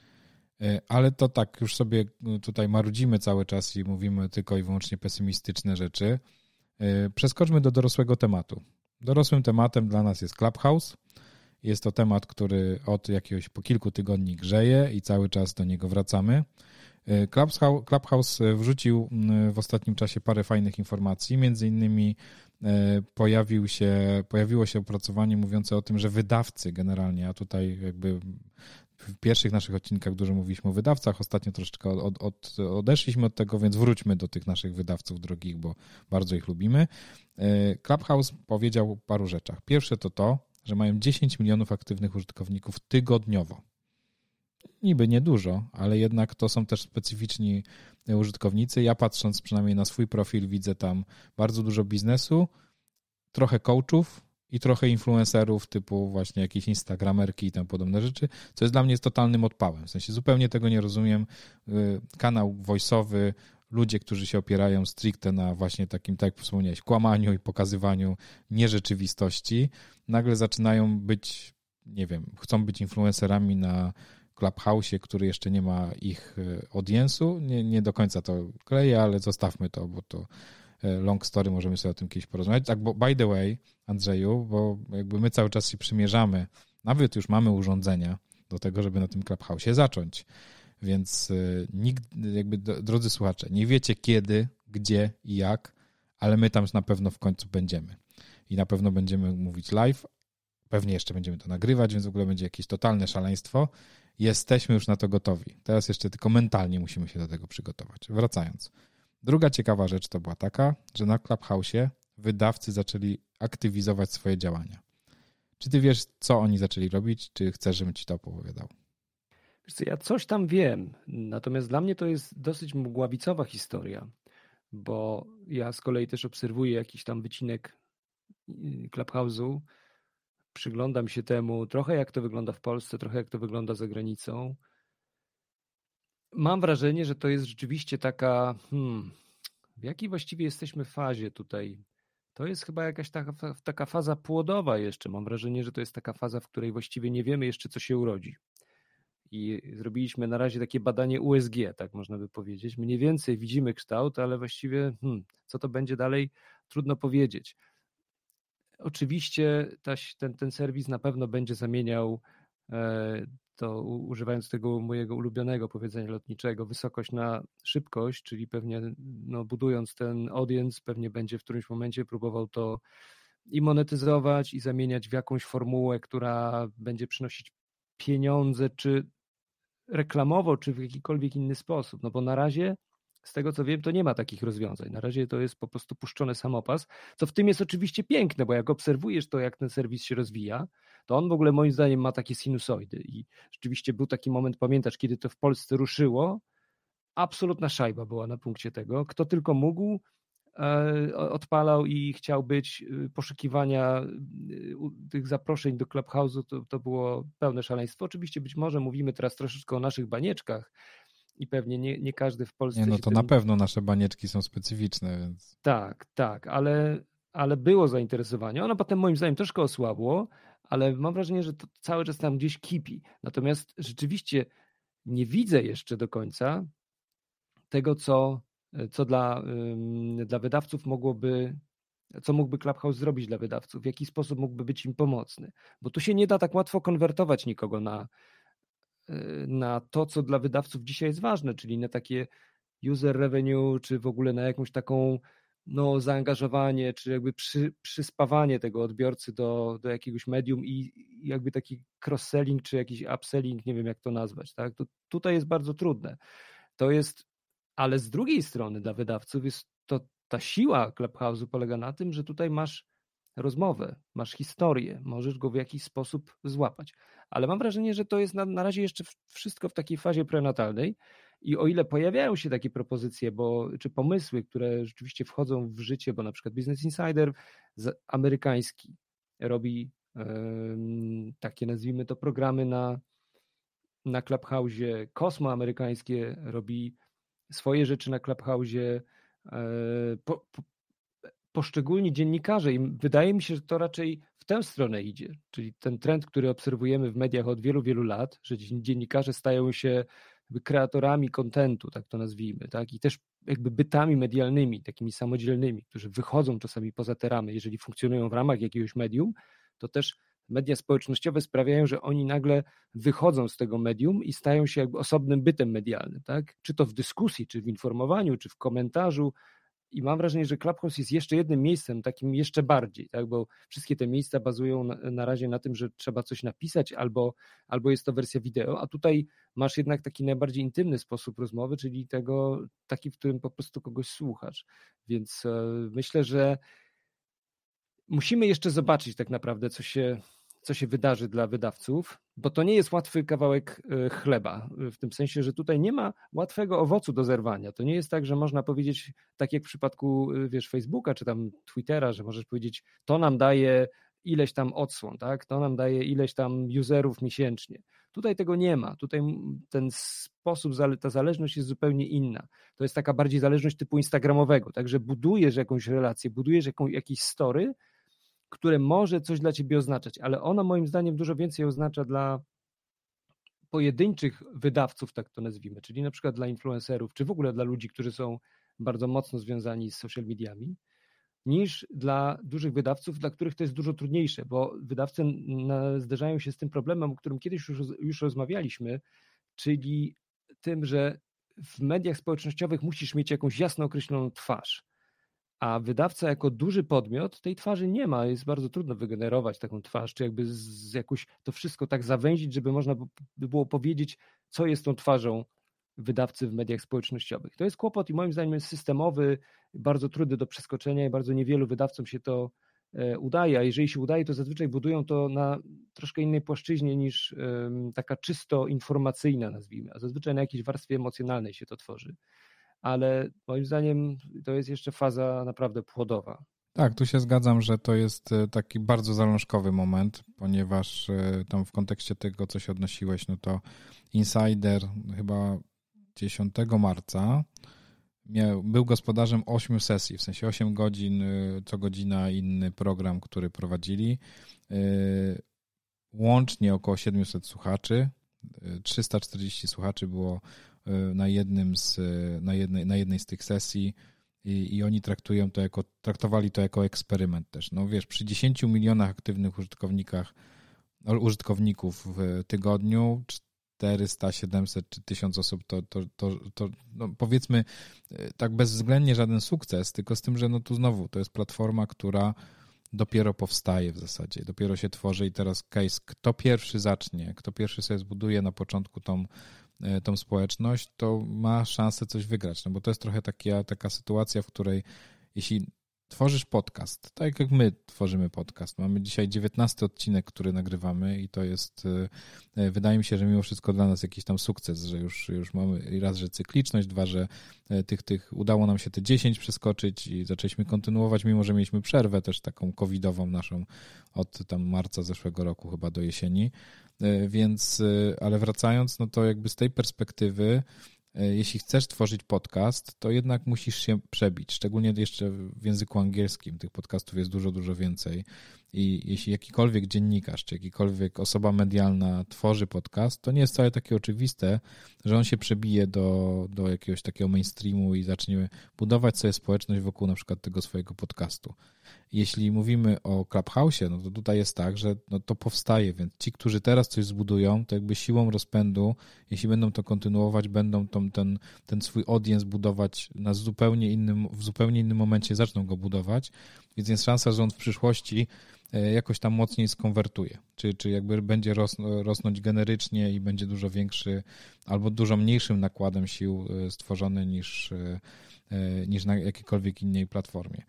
Ale to tak, już sobie tutaj marudzimy cały czas i mówimy tylko i wyłącznie pesymistyczne rzeczy. Przeskoczmy do dorosłego tematu. Dorosłym tematem dla nas jest Clubhouse. Jest to temat, który od po kilku tygodni grzeje i cały czas do niego wracamy. Clubhouse wrzucił w ostatnim czasie parę fajnych informacji. Między innymi pojawiło się opracowanie mówiące o tym, że wydawcy generalnie, a tutaj jakby w pierwszych naszych odcinkach dużo mówiliśmy o wydawcach, ostatnio troszeczkę odeszliśmy od tego, więc wróćmy do tych naszych wydawców drogich, bo bardzo ich lubimy. Clubhouse powiedział o paru rzeczach. Pierwsze to, że mają 10 milionów aktywnych użytkowników tygodniowo. Niby niedużo, ale jednak to są też specyficzni użytkownicy. Ja patrząc przynajmniej na swój profil widzę tam bardzo dużo biznesu, trochę coachów i trochę influencerów typu właśnie jakieś instagramerki i tam podobne rzeczy, co jest dla mnie totalnym odpałem. W sensie zupełnie tego nie rozumiem. Kanał voice'owy, ludzie, którzy się opierają stricte na właśnie takim, tak jak wspomniałeś, kłamaniu i pokazywaniu nierzeczywistości, nagle zaczynają być, nie wiem, chcą być influencerami na Clubhouse'ie, który jeszcze nie ma ich audience'u. Nie do końca to kleję, ale zostawmy to, bo to long story, możemy sobie o tym kiedyś porozmawiać. Tak, bo by the way, Andrzeju, bo jakby my cały czas się przymierzamy, nawet już mamy urządzenia do tego, żeby na tym Clubhouse'ie zacząć. Więc drodzy słuchacze, nie wiecie kiedy, gdzie i jak, ale my tam na pewno w końcu będziemy. I na pewno będziemy mówić live, pewnie jeszcze będziemy to nagrywać, więc w ogóle będzie jakieś totalne szaleństwo. Jesteśmy już na to gotowi. Teraz jeszcze tylko mentalnie musimy się do tego przygotować. Wracając. Druga ciekawa rzecz to była taka, że na Clubhouse'ie wydawcy zaczęli aktywizować swoje działania. Czy ty wiesz, co oni zaczęli robić, czy chcesz, żebym ci to opowiadał? Wiesz co, ja coś tam wiem, natomiast dla mnie to jest dosyć mgławicowa historia, bo ja z kolei też obserwuję jakiś tam wycinek Clubhouse'u, przyglądam się temu trochę jak to wygląda w Polsce, trochę jak to wygląda za granicą. Mam wrażenie, że to jest rzeczywiście taka, w jakiej właściwie jesteśmy fazie tutaj? To jest chyba jakaś taka faza płodowa jeszcze. Mam wrażenie, że to jest taka faza, w której właściwie nie wiemy jeszcze, co się urodzi. i zrobiliśmy na razie takie badanie USG, tak można by powiedzieć. Mniej więcej widzimy kształt, ale właściwie co to będzie dalej, trudno powiedzieć. Oczywiście ten serwis na pewno będzie zamieniał, to używając tego mojego ulubionego powiedzenia lotniczego, wysokość na szybkość, czyli pewnie budując ten audience, pewnie będzie w którymś momencie próbował to i monetyzować, i zamieniać w jakąś formułę, która będzie przynosić pieniądze, czy reklamowo, czy w jakikolwiek inny sposób. No bo na razie, z tego co wiem, to nie ma takich rozwiązań. Na razie to jest po prostu puszczony samopas, co w tym jest oczywiście piękne, bo jak obserwujesz to, jak ten serwis się rozwija, to on w ogóle moim zdaniem ma takie sinusoidy i rzeczywiście był taki moment, pamiętasz, kiedy to w Polsce ruszyło, absolutna szajba była na punkcie tego. Kto tylko mógł, odpalał i chciał być, poszukiwania tych zaproszeń do Clubhouse'u, to było pełne szaleństwo. Oczywiście być może mówimy teraz troszeczkę o naszych banieczkach i pewnie nie każdy w Polsce... Nie, to na pewno nasze banieczki są specyficzne, więc... Tak, ale było zainteresowanie. Ono potem moim zdaniem troszkę osłabło, ale mam wrażenie, że to cały czas tam gdzieś kipi. Natomiast rzeczywiście nie widzę jeszcze do końca tego, co dla wydawców co mógłby Clubhouse zrobić dla wydawców, w jaki sposób mógłby być im pomocny. Bo tu się nie da tak łatwo konwertować nikogo na to, co dla wydawców dzisiaj jest ważne, czyli na takie user revenue, czy w ogóle na jakąś taką zaangażowanie, czy jakby przyspawanie tego odbiorcy do jakiegoś medium i jakby taki cross-selling, czy jakiś upselling, nie wiem jak to nazwać. Tak? Tutaj jest bardzo trudne. Ale z drugiej strony dla wydawców jest ta siła Clubhouse'u polega na tym, że tutaj masz rozmowę, masz historię, możesz go w jakiś sposób złapać. Ale mam wrażenie, że to jest na razie jeszcze wszystko w takiej fazie prenatalnej i o ile pojawiają się takie propozycje, czy pomysły, które rzeczywiście wchodzą w życie, bo na przykład Business Insider amerykański robi takie, nazwijmy to, programy na Clubhouse'ie, Cosmo amerykańskie robi swoje rzeczy na Clubhouse'ie, poszczególni dziennikarze i wydaje mi się, że to raczej w tę stronę idzie, czyli ten trend, który obserwujemy w mediach od wielu, wielu lat, że dziennikarze stają się kreatorami kontentu, tak to nazwijmy, tak? I też jakby bytami medialnymi, takimi samodzielnymi, którzy wychodzą czasami poza te ramy, jeżeli funkcjonują w ramach jakiegoś medium, to też media społecznościowe sprawiają, że oni nagle wychodzą z tego medium i stają się jakby osobnym bytem medialnym, tak? Czy to w dyskusji, czy w informowaniu, czy w komentarzu. I mam wrażenie, że Clubhouse jest jeszcze jednym miejscem, takim jeszcze bardziej, tak? Bo wszystkie te miejsca bazują na razie na tym, że trzeba coś napisać albo jest to wersja wideo, a tutaj masz jednak taki najbardziej intymny sposób rozmowy, czyli taki, w którym po prostu kogoś słuchasz. Więc myślę, że musimy jeszcze zobaczyć tak naprawdę, co się wydarzy dla wydawców, bo to nie jest łatwy kawałek chleba, w tym sensie, że tutaj nie ma łatwego owocu do zerwania. To nie jest tak, że można powiedzieć, tak jak w przypadku, Facebooka czy tam Twittera, że możesz powiedzieć, to nam daje ileś tam odsłon, tak? To nam daje ileś tam userów miesięcznie. Tutaj tego nie ma. Tutaj ten sposób, ta zależność jest zupełnie inna. To jest taka bardziej zależność typu instagramowego, także budujesz jakąś relację, budujesz jakiś story, które może coś dla ciebie oznaczać, ale ono moim zdaniem dużo więcej oznacza dla pojedynczych wydawców, tak to nazwijmy, czyli na przykład dla influencerów, czy w ogóle dla ludzi, którzy są bardzo mocno związani z social mediami, niż dla dużych wydawców, dla których to jest dużo trudniejsze, bo wydawcy zderzają się z tym problemem, o którym kiedyś już rozmawialiśmy, czyli tym, że w mediach społecznościowych musisz mieć jakąś jasno określoną twarz. A wydawca jako duży podmiot tej twarzy nie ma. Jest bardzo trudno wygenerować taką twarz, czy jakby jakoś to wszystko tak zawęzić, żeby można by było powiedzieć, co jest tą twarzą wydawcy w mediach społecznościowych. To jest kłopot i moim zdaniem jest systemowy, bardzo trudny do przeskoczenia i bardzo niewielu wydawcom się to udaje, a jeżeli się udaje, to zazwyczaj budują to na troszkę innej płaszczyźnie niż taka czysto informacyjna, nazwijmy, a zazwyczaj na jakiejś warstwie emocjonalnej się to tworzy. Ale moim zdaniem to jest jeszcze faza naprawdę płodowa. Tak, tu się zgadzam, że to jest taki bardzo zalążkowy moment, ponieważ tam w kontekście tego, co się odnosiłeś, no to Insider chyba 10 marca był gospodarzem 8 sesji, w sensie 8 godzin, co godzina inny program, który prowadzili. Łącznie około 700 słuchaczy. 340 słuchaczy było na jednej z tych sesji i oni traktowali to jako eksperyment też. No wiesz, przy 10 milionach aktywnych użytkowników w tygodniu, 400, 700 czy 1000 osób, to no powiedzmy tak bezwzględnie żaden sukces, tylko z tym, że no tu znowu to jest platforma, która dopiero powstaje w zasadzie, dopiero się tworzy i teraz case, kto pierwszy zacznie, kto pierwszy sobie zbuduje na początku tą społeczność, to ma szansę coś wygrać, no bo to jest trochę taka sytuacja, w której jeśli tworzysz podcast, tak jak my tworzymy podcast. Mamy dzisiaj 19 odcinek, który nagrywamy i to jest, wydaje mi się, że mimo wszystko dla nas jakiś tam sukces, że już mamy raz, że cykliczność, dwa, że udało nam się te 10 przeskoczyć i zaczęliśmy kontynuować, mimo że mieliśmy przerwę też taką covidową naszą od tam marca zeszłego roku chyba do jesieni. Więc, ale wracając, no to jakby z tej perspektywy jeśli chcesz tworzyć podcast, to jednak musisz się przebić, szczególnie jeszcze w języku angielskim. Tych podcastów jest dużo, dużo więcej i jeśli jakikolwiek dziennikarz czy jakikolwiek osoba medialna tworzy podcast, to nie jest wcale takie oczywiste, że on się przebije do jakiegoś takiego mainstreamu i zacznie budować sobie społeczność wokół na przykład tego swojego podcastu. Jeśli mówimy o Clubhouse'ie, no to tutaj jest tak, że no to powstaje, więc ci, którzy teraz coś zbudują, to jakby siłą rozpędu, jeśli będą to kontynuować, będą ten swój audience budować w zupełnie innym momencie zaczną go budować, więc jest szansa, że on w przyszłości jakoś tam mocniej skonwertuje, czy jakby będzie rosnąć generycznie i będzie dużo większy albo dużo mniejszym nakładem sił stworzony niż na jakiejkolwiek innej platformie.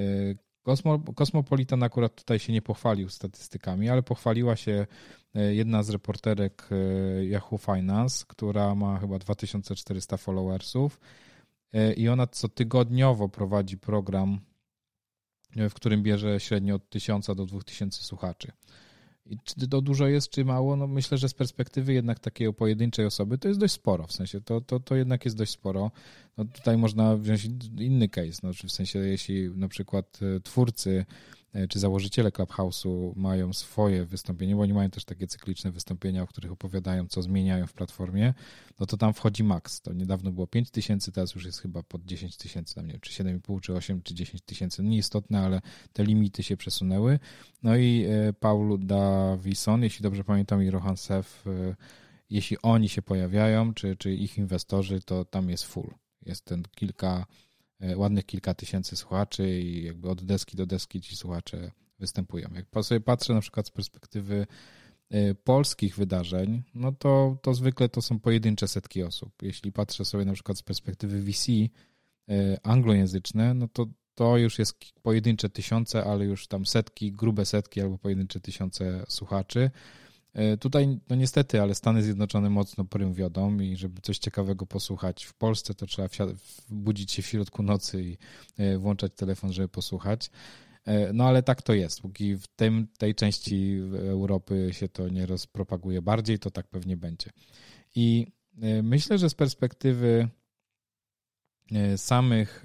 Cosmopolitan akurat tutaj się nie pochwalił statystykami, ale pochwaliła się jedna z reporterek Yahoo Finance, która ma chyba 2400 followersów i ona cotygodniowo prowadzi program, w którym bierze średnio od 1000 do 2000 słuchaczy. I czy to dużo jest, czy mało? No myślę, że z perspektywy jednak takiej pojedynczej osoby to jest dość sporo, w sensie to jednak jest dość sporo. No tutaj można wziąć inny case, no, w sensie jeśli na przykład twórcy czy założyciele Clubhouse'u mają swoje wystąpienie, bo oni mają też takie cykliczne wystąpienia, o których opowiadają, co zmieniają w platformie, no to tam wchodzi maks. To niedawno było 5000, teraz już jest chyba pod 10 000, tam nie wiem, czy 7,5, czy 8, czy 10 000. Nieistotne, ale te limity się przesunęły. No i Paul Davison, jeśli dobrze pamiętam, i Rohan Sef, jeśli oni się pojawiają, czy ich inwestorzy, to tam jest full. Jest ten ładnych kilka tysięcy słuchaczy i jakby od deski do deski ci słuchacze występują. Jak sobie patrzę na przykład z perspektywy polskich wydarzeń, no to zwykle to są pojedyncze setki osób. Jeśli patrzę sobie na przykład z perspektywy VC anglojęzyczne, no to już jest pojedyncze tysiące, ale już tam setki, grube setki albo pojedyncze tysiące słuchaczy. Tutaj, no niestety, ale Stany Zjednoczone mocno prym wiodą i żeby coś ciekawego posłuchać w Polsce, to trzeba budzić się w środku nocy i włączać telefon, żeby posłuchać. No ale tak to jest. Póki w tej części Europy się to nie rozpropaguje bardziej, to tak pewnie będzie. I myślę, że z perspektywy samych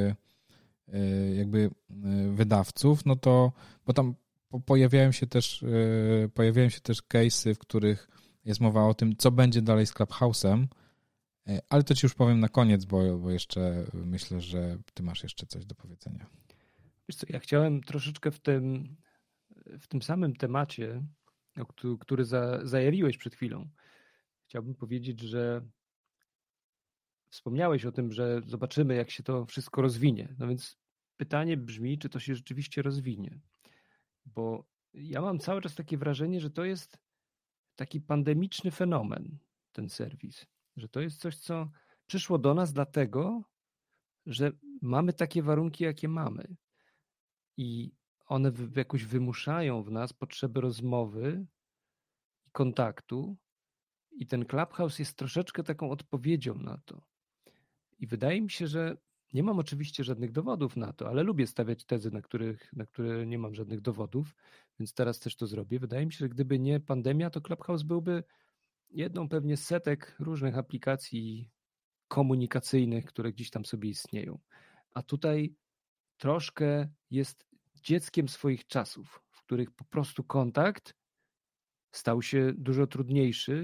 jakby wydawców, no to, bo tam pojawiają się też case'y, w których jest mowa o tym, co będzie dalej z Clubhouse'em, ale to ci już powiem na koniec, bo jeszcze myślę, że ty masz jeszcze coś do powiedzenia. Wiesz co, ja chciałem troszeczkę w tym samym temacie, który zajęliłeś przed chwilą, chciałbym powiedzieć, że wspomniałeś o tym, że zobaczymy, jak się to wszystko rozwinie. No więc pytanie brzmi, czy to się rzeczywiście rozwinie. Bo ja mam cały czas takie wrażenie, że to jest taki pandemiczny fenomen, ten serwis. Że to jest coś, co przyszło do nas dlatego, że mamy takie warunki, jakie mamy. I one jakoś wymuszają w nas potrzeby rozmowy i kontaktu. I ten Clubhouse jest troszeczkę taką odpowiedzią na to. I wydaje mi się, że nie mam oczywiście żadnych dowodów na to, ale lubię stawiać tezy, na które nie mam żadnych dowodów, więc teraz też to zrobię. Wydaje mi się, że gdyby nie pandemia, to Clubhouse byłby jedną pewnie z setek różnych aplikacji komunikacyjnych, które gdzieś tam sobie istnieją. A tutaj troszkę jest dzieckiem swoich czasów, w których po prostu kontakt stał się dużo trudniejszy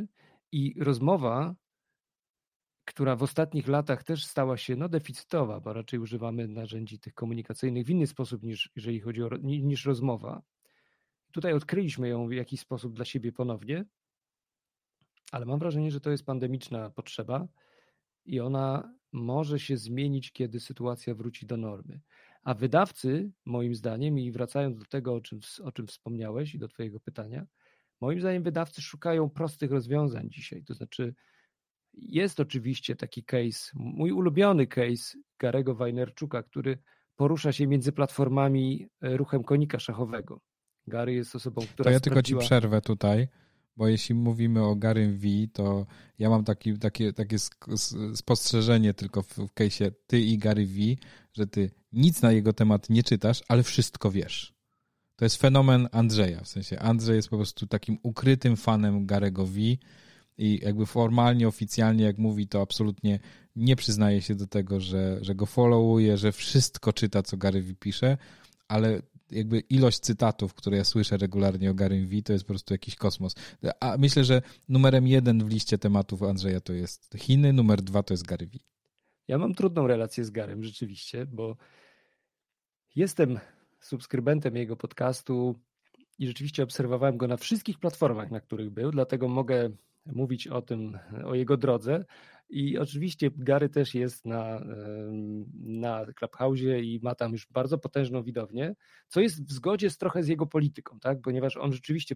I rozmowa, która w ostatnich latach też stała się deficytowa, bo raczej używamy narzędzi tych komunikacyjnych w inny sposób niż jeżeli chodzi niż rozmowa. Tutaj odkryliśmy ją w jakiś sposób dla siebie ponownie, ale mam wrażenie, że to jest pandemiczna potrzeba i ona może się zmienić, kiedy sytuacja wróci do normy. A wydawcy, moim zdaniem, i wracając do tego, o czym wspomniałeś i do twojego pytania, moim zdaniem wydawcy szukają prostych rozwiązań dzisiaj. To znaczy jest oczywiście taki case, mój ulubiony case Gary'ego Vaynerchuka, który porusza się między platformami ruchem konika szachowego. Gary jest osobą, która To ja tylko ci przerwę tutaj, bo jeśli mówimy o Garym V, to ja mam takie spostrzeżenie tylko w case'ie ty i Gary V, że ty nic na jego temat nie czytasz, ale wszystko wiesz. To jest fenomen Andrzeja, w sensie Andrzej jest po prostu takim ukrytym fanem Gary'ego V i jakby formalnie, oficjalnie jak mówi, to absolutnie nie przyznaje się do tego, że go followuje, że wszystko czyta, co Gary V pisze, ale jakby ilość cytatów, które ja słyszę regularnie o Garym V, to jest po prostu jakiś kosmos. A myślę, że numerem 1 w liście tematów Andrzeja to jest Chiny, numer 2 to jest Gary V. Ja mam trudną relację z Garym rzeczywiście, bo jestem subskrybentem jego podcastu i rzeczywiście obserwowałem go na wszystkich platformach, na których był, dlatego mogę mówić o tym, o jego drodze. I oczywiście Gary też jest na Clubhouse'ie i ma tam już bardzo potężną widownię, co jest w zgodzie trochę z jego polityką, tak? Ponieważ on rzeczywiście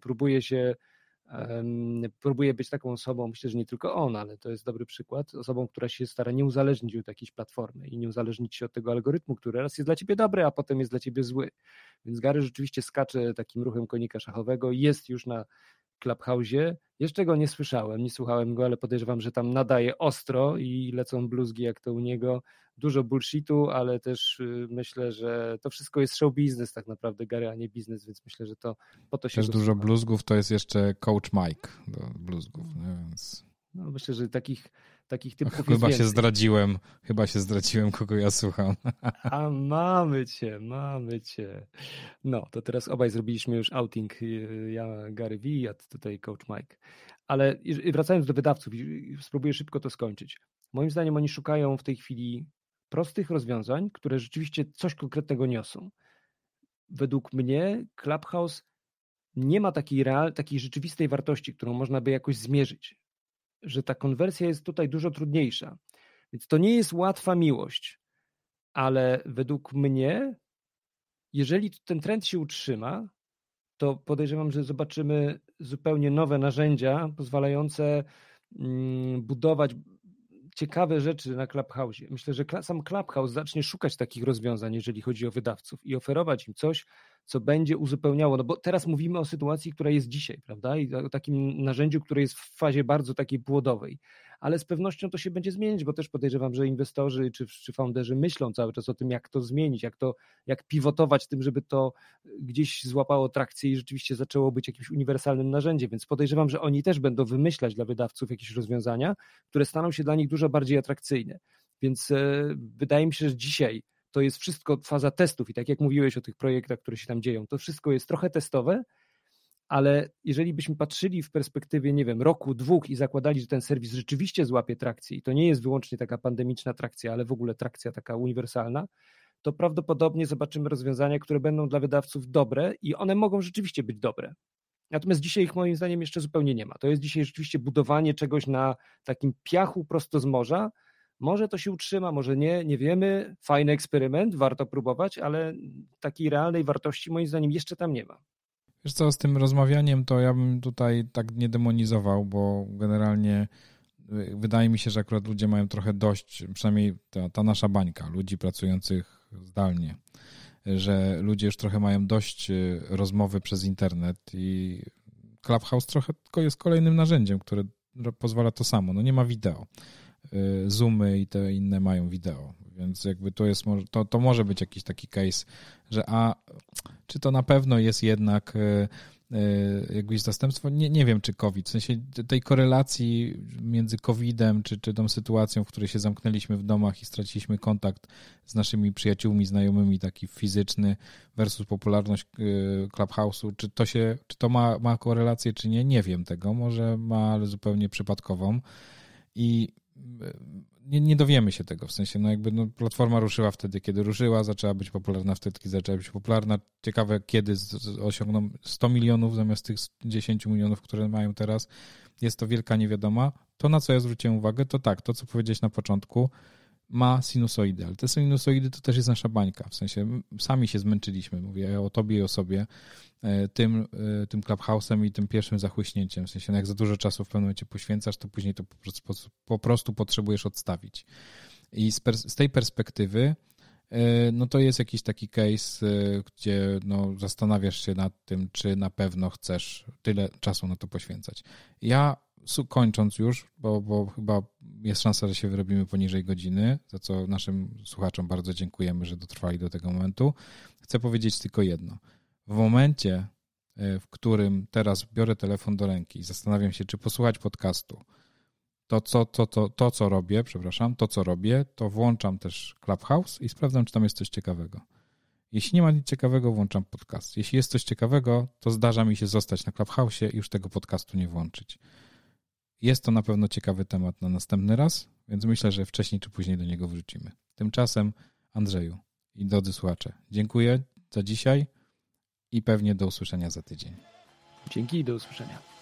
próbuje być taką osobą, myślę, że nie tylko on, ale to jest dobry przykład, osobą, która się stara nie uzależnić od jakiejś platformy i nie uzależnić się od tego algorytmu, który raz jest dla ciebie dobry, a potem jest dla ciebie zły. Więc Gary rzeczywiście skacze takim ruchem konika szachowego, jest już na Clubhouse'ie. Jeszcze go nie słyszałem, nie słuchałem go, ale podejrzewam, że tam nadaje ostro i lecą bluzgi jak to u niego. Dużo bullshitu, ale też myślę, że to wszystko jest show business tak naprawdę, Gary, a nie biznes, więc myślę, że to po to się też dużo bluzgów, to jest jeszcze Coach Mike do bluzgów, nie? Więc... No, myślę, że takich typów Chyba się zdradziłem, kogo ja słucham. A mamy cię. No, to teraz obaj zrobiliśmy już outing, ja Gary V, a tutaj Coach Mike. Ale wracając do wydawców, spróbuję szybko to skończyć. Moim zdaniem oni szukają w tej chwili prostych rozwiązań, które rzeczywiście coś konkretnego niosą. Według mnie Clubhouse nie ma takiej rzeczywistej wartości, którą można by jakoś zmierzyć, że ta konwersja jest tutaj dużo trudniejsza. Więc to nie jest łatwa miłość, ale według mnie, jeżeli ten trend się utrzyma, to podejrzewam, że zobaczymy zupełnie nowe narzędzia pozwalające budować ciekawe rzeczy na Clubhouse'ie. Myślę, że sam Clubhouse zacznie szukać takich rozwiązań, jeżeli chodzi o wydawców i oferować im coś, co będzie uzupełniało, no bo teraz mówimy o sytuacji, która jest dzisiaj, prawda, i o takim narzędziu, które jest w fazie bardzo takiej płodowej, ale z pewnością to się będzie zmienić, bo też podejrzewam, że inwestorzy czy founderzy myślą cały czas o tym, jak to zmienić, jak pivotować tym, żeby to gdzieś złapało trakcję i rzeczywiście zaczęło być jakimś uniwersalnym narzędziem, więc podejrzewam, że oni też będą wymyślać dla wydawców jakieś rozwiązania, które staną się dla nich dużo bardziej atrakcyjne, więc wydaje mi się, że dzisiaj to jest wszystko faza testów i tak jak mówiłeś o tych projektach, które się tam dzieją, to wszystko jest trochę testowe, ale jeżeli byśmy patrzyli w perspektywie, nie wiem, roku, 2 i zakładali, że ten serwis rzeczywiście złapie trakcję i to nie jest wyłącznie taka pandemiczna trakcja, ale w ogóle trakcja taka uniwersalna, to prawdopodobnie zobaczymy rozwiązania, które będą dla wydawców dobre i one mogą rzeczywiście być dobre. Natomiast dzisiaj ich moim zdaniem jeszcze zupełnie nie ma. To jest dzisiaj rzeczywiście budowanie czegoś na takim piachu prosto z morza. Może to się utrzyma, może nie wiemy. Fajny eksperyment, warto próbować, ale takiej realnej wartości moim zdaniem jeszcze tam nie ma. Wiesz co, z tym rozmawianiem to ja bym tutaj tak nie demonizował, bo generalnie wydaje mi się, że akurat ludzie mają trochę dość, przynajmniej ta nasza bańka, ludzi pracujących zdalnie, że ludzie już trochę mają dość rozmowy przez internet i Clubhouse trochę tylko jest kolejnym narzędziem, które pozwala to samo. No nie ma wideo. Zoomy i te inne mają wideo, więc jakby to może być jakiś taki case, że czy to na pewno jest jednak jakieś zastępstwo? Nie wiem, czy COVID. W sensie tej korelacji między COVID-em, czy tą sytuacją, w której się zamknęliśmy w domach i straciliśmy kontakt z naszymi przyjaciółmi, znajomymi, taki fizyczny versus popularność Clubhouse'u, czy to ma korelację, czy nie wiem tego. Może ma, ale zupełnie przypadkową. I nie dowiemy się tego, w sensie platforma ruszyła wtedy, kiedy ruszyła, zaczęła być popularna wtedy, kiedy zaczęła być popularna. Ciekawe, kiedy osiągną 100 milionów zamiast tych 10 milionów, które mają teraz. Jest to wielka niewiadoma. To, na co ja zwróciłem uwagę, to tak, to co powiedziałeś na początku, ma sinusoidy, ale te sinusoidy to też jest nasza bańka, w sensie sami się zmęczyliśmy, mówię o tobie i o sobie, tym Clubhouse'em i tym pierwszym zachłyśnięciem, w sensie jak za dużo czasu w pewnym momencie poświęcasz, to później to po prostu potrzebujesz odstawić. I z tej perspektywy no to jest jakiś taki case, gdzie zastanawiasz się nad tym, czy na pewno chcesz tyle czasu na to poświęcać. Ja kończąc już, bo chyba jest szansa, że się wyrobimy poniżej godziny, za co naszym słuchaczom bardzo dziękujemy, że dotrwali do tego momentu. Chcę powiedzieć tylko jedno. W momencie, w którym teraz biorę telefon do ręki i zastanawiam się, czy posłuchać podcastu, to co robię, to włączam też Clubhouse i sprawdzam, czy tam jest coś ciekawego. Jeśli nie ma nic ciekawego, włączam podcast. Jeśli jest coś ciekawego, to zdarza mi się zostać na Clubhouse'ie i już tego podcastu nie włączyć. Jest to na pewno ciekawy temat na następny raz, więc myślę, że wcześniej czy później do niego wrócimy. Tymczasem, Andrzeju i drodzy słuchacze, dziękuję za dzisiaj i pewnie do usłyszenia za tydzień. Dzięki i do usłyszenia.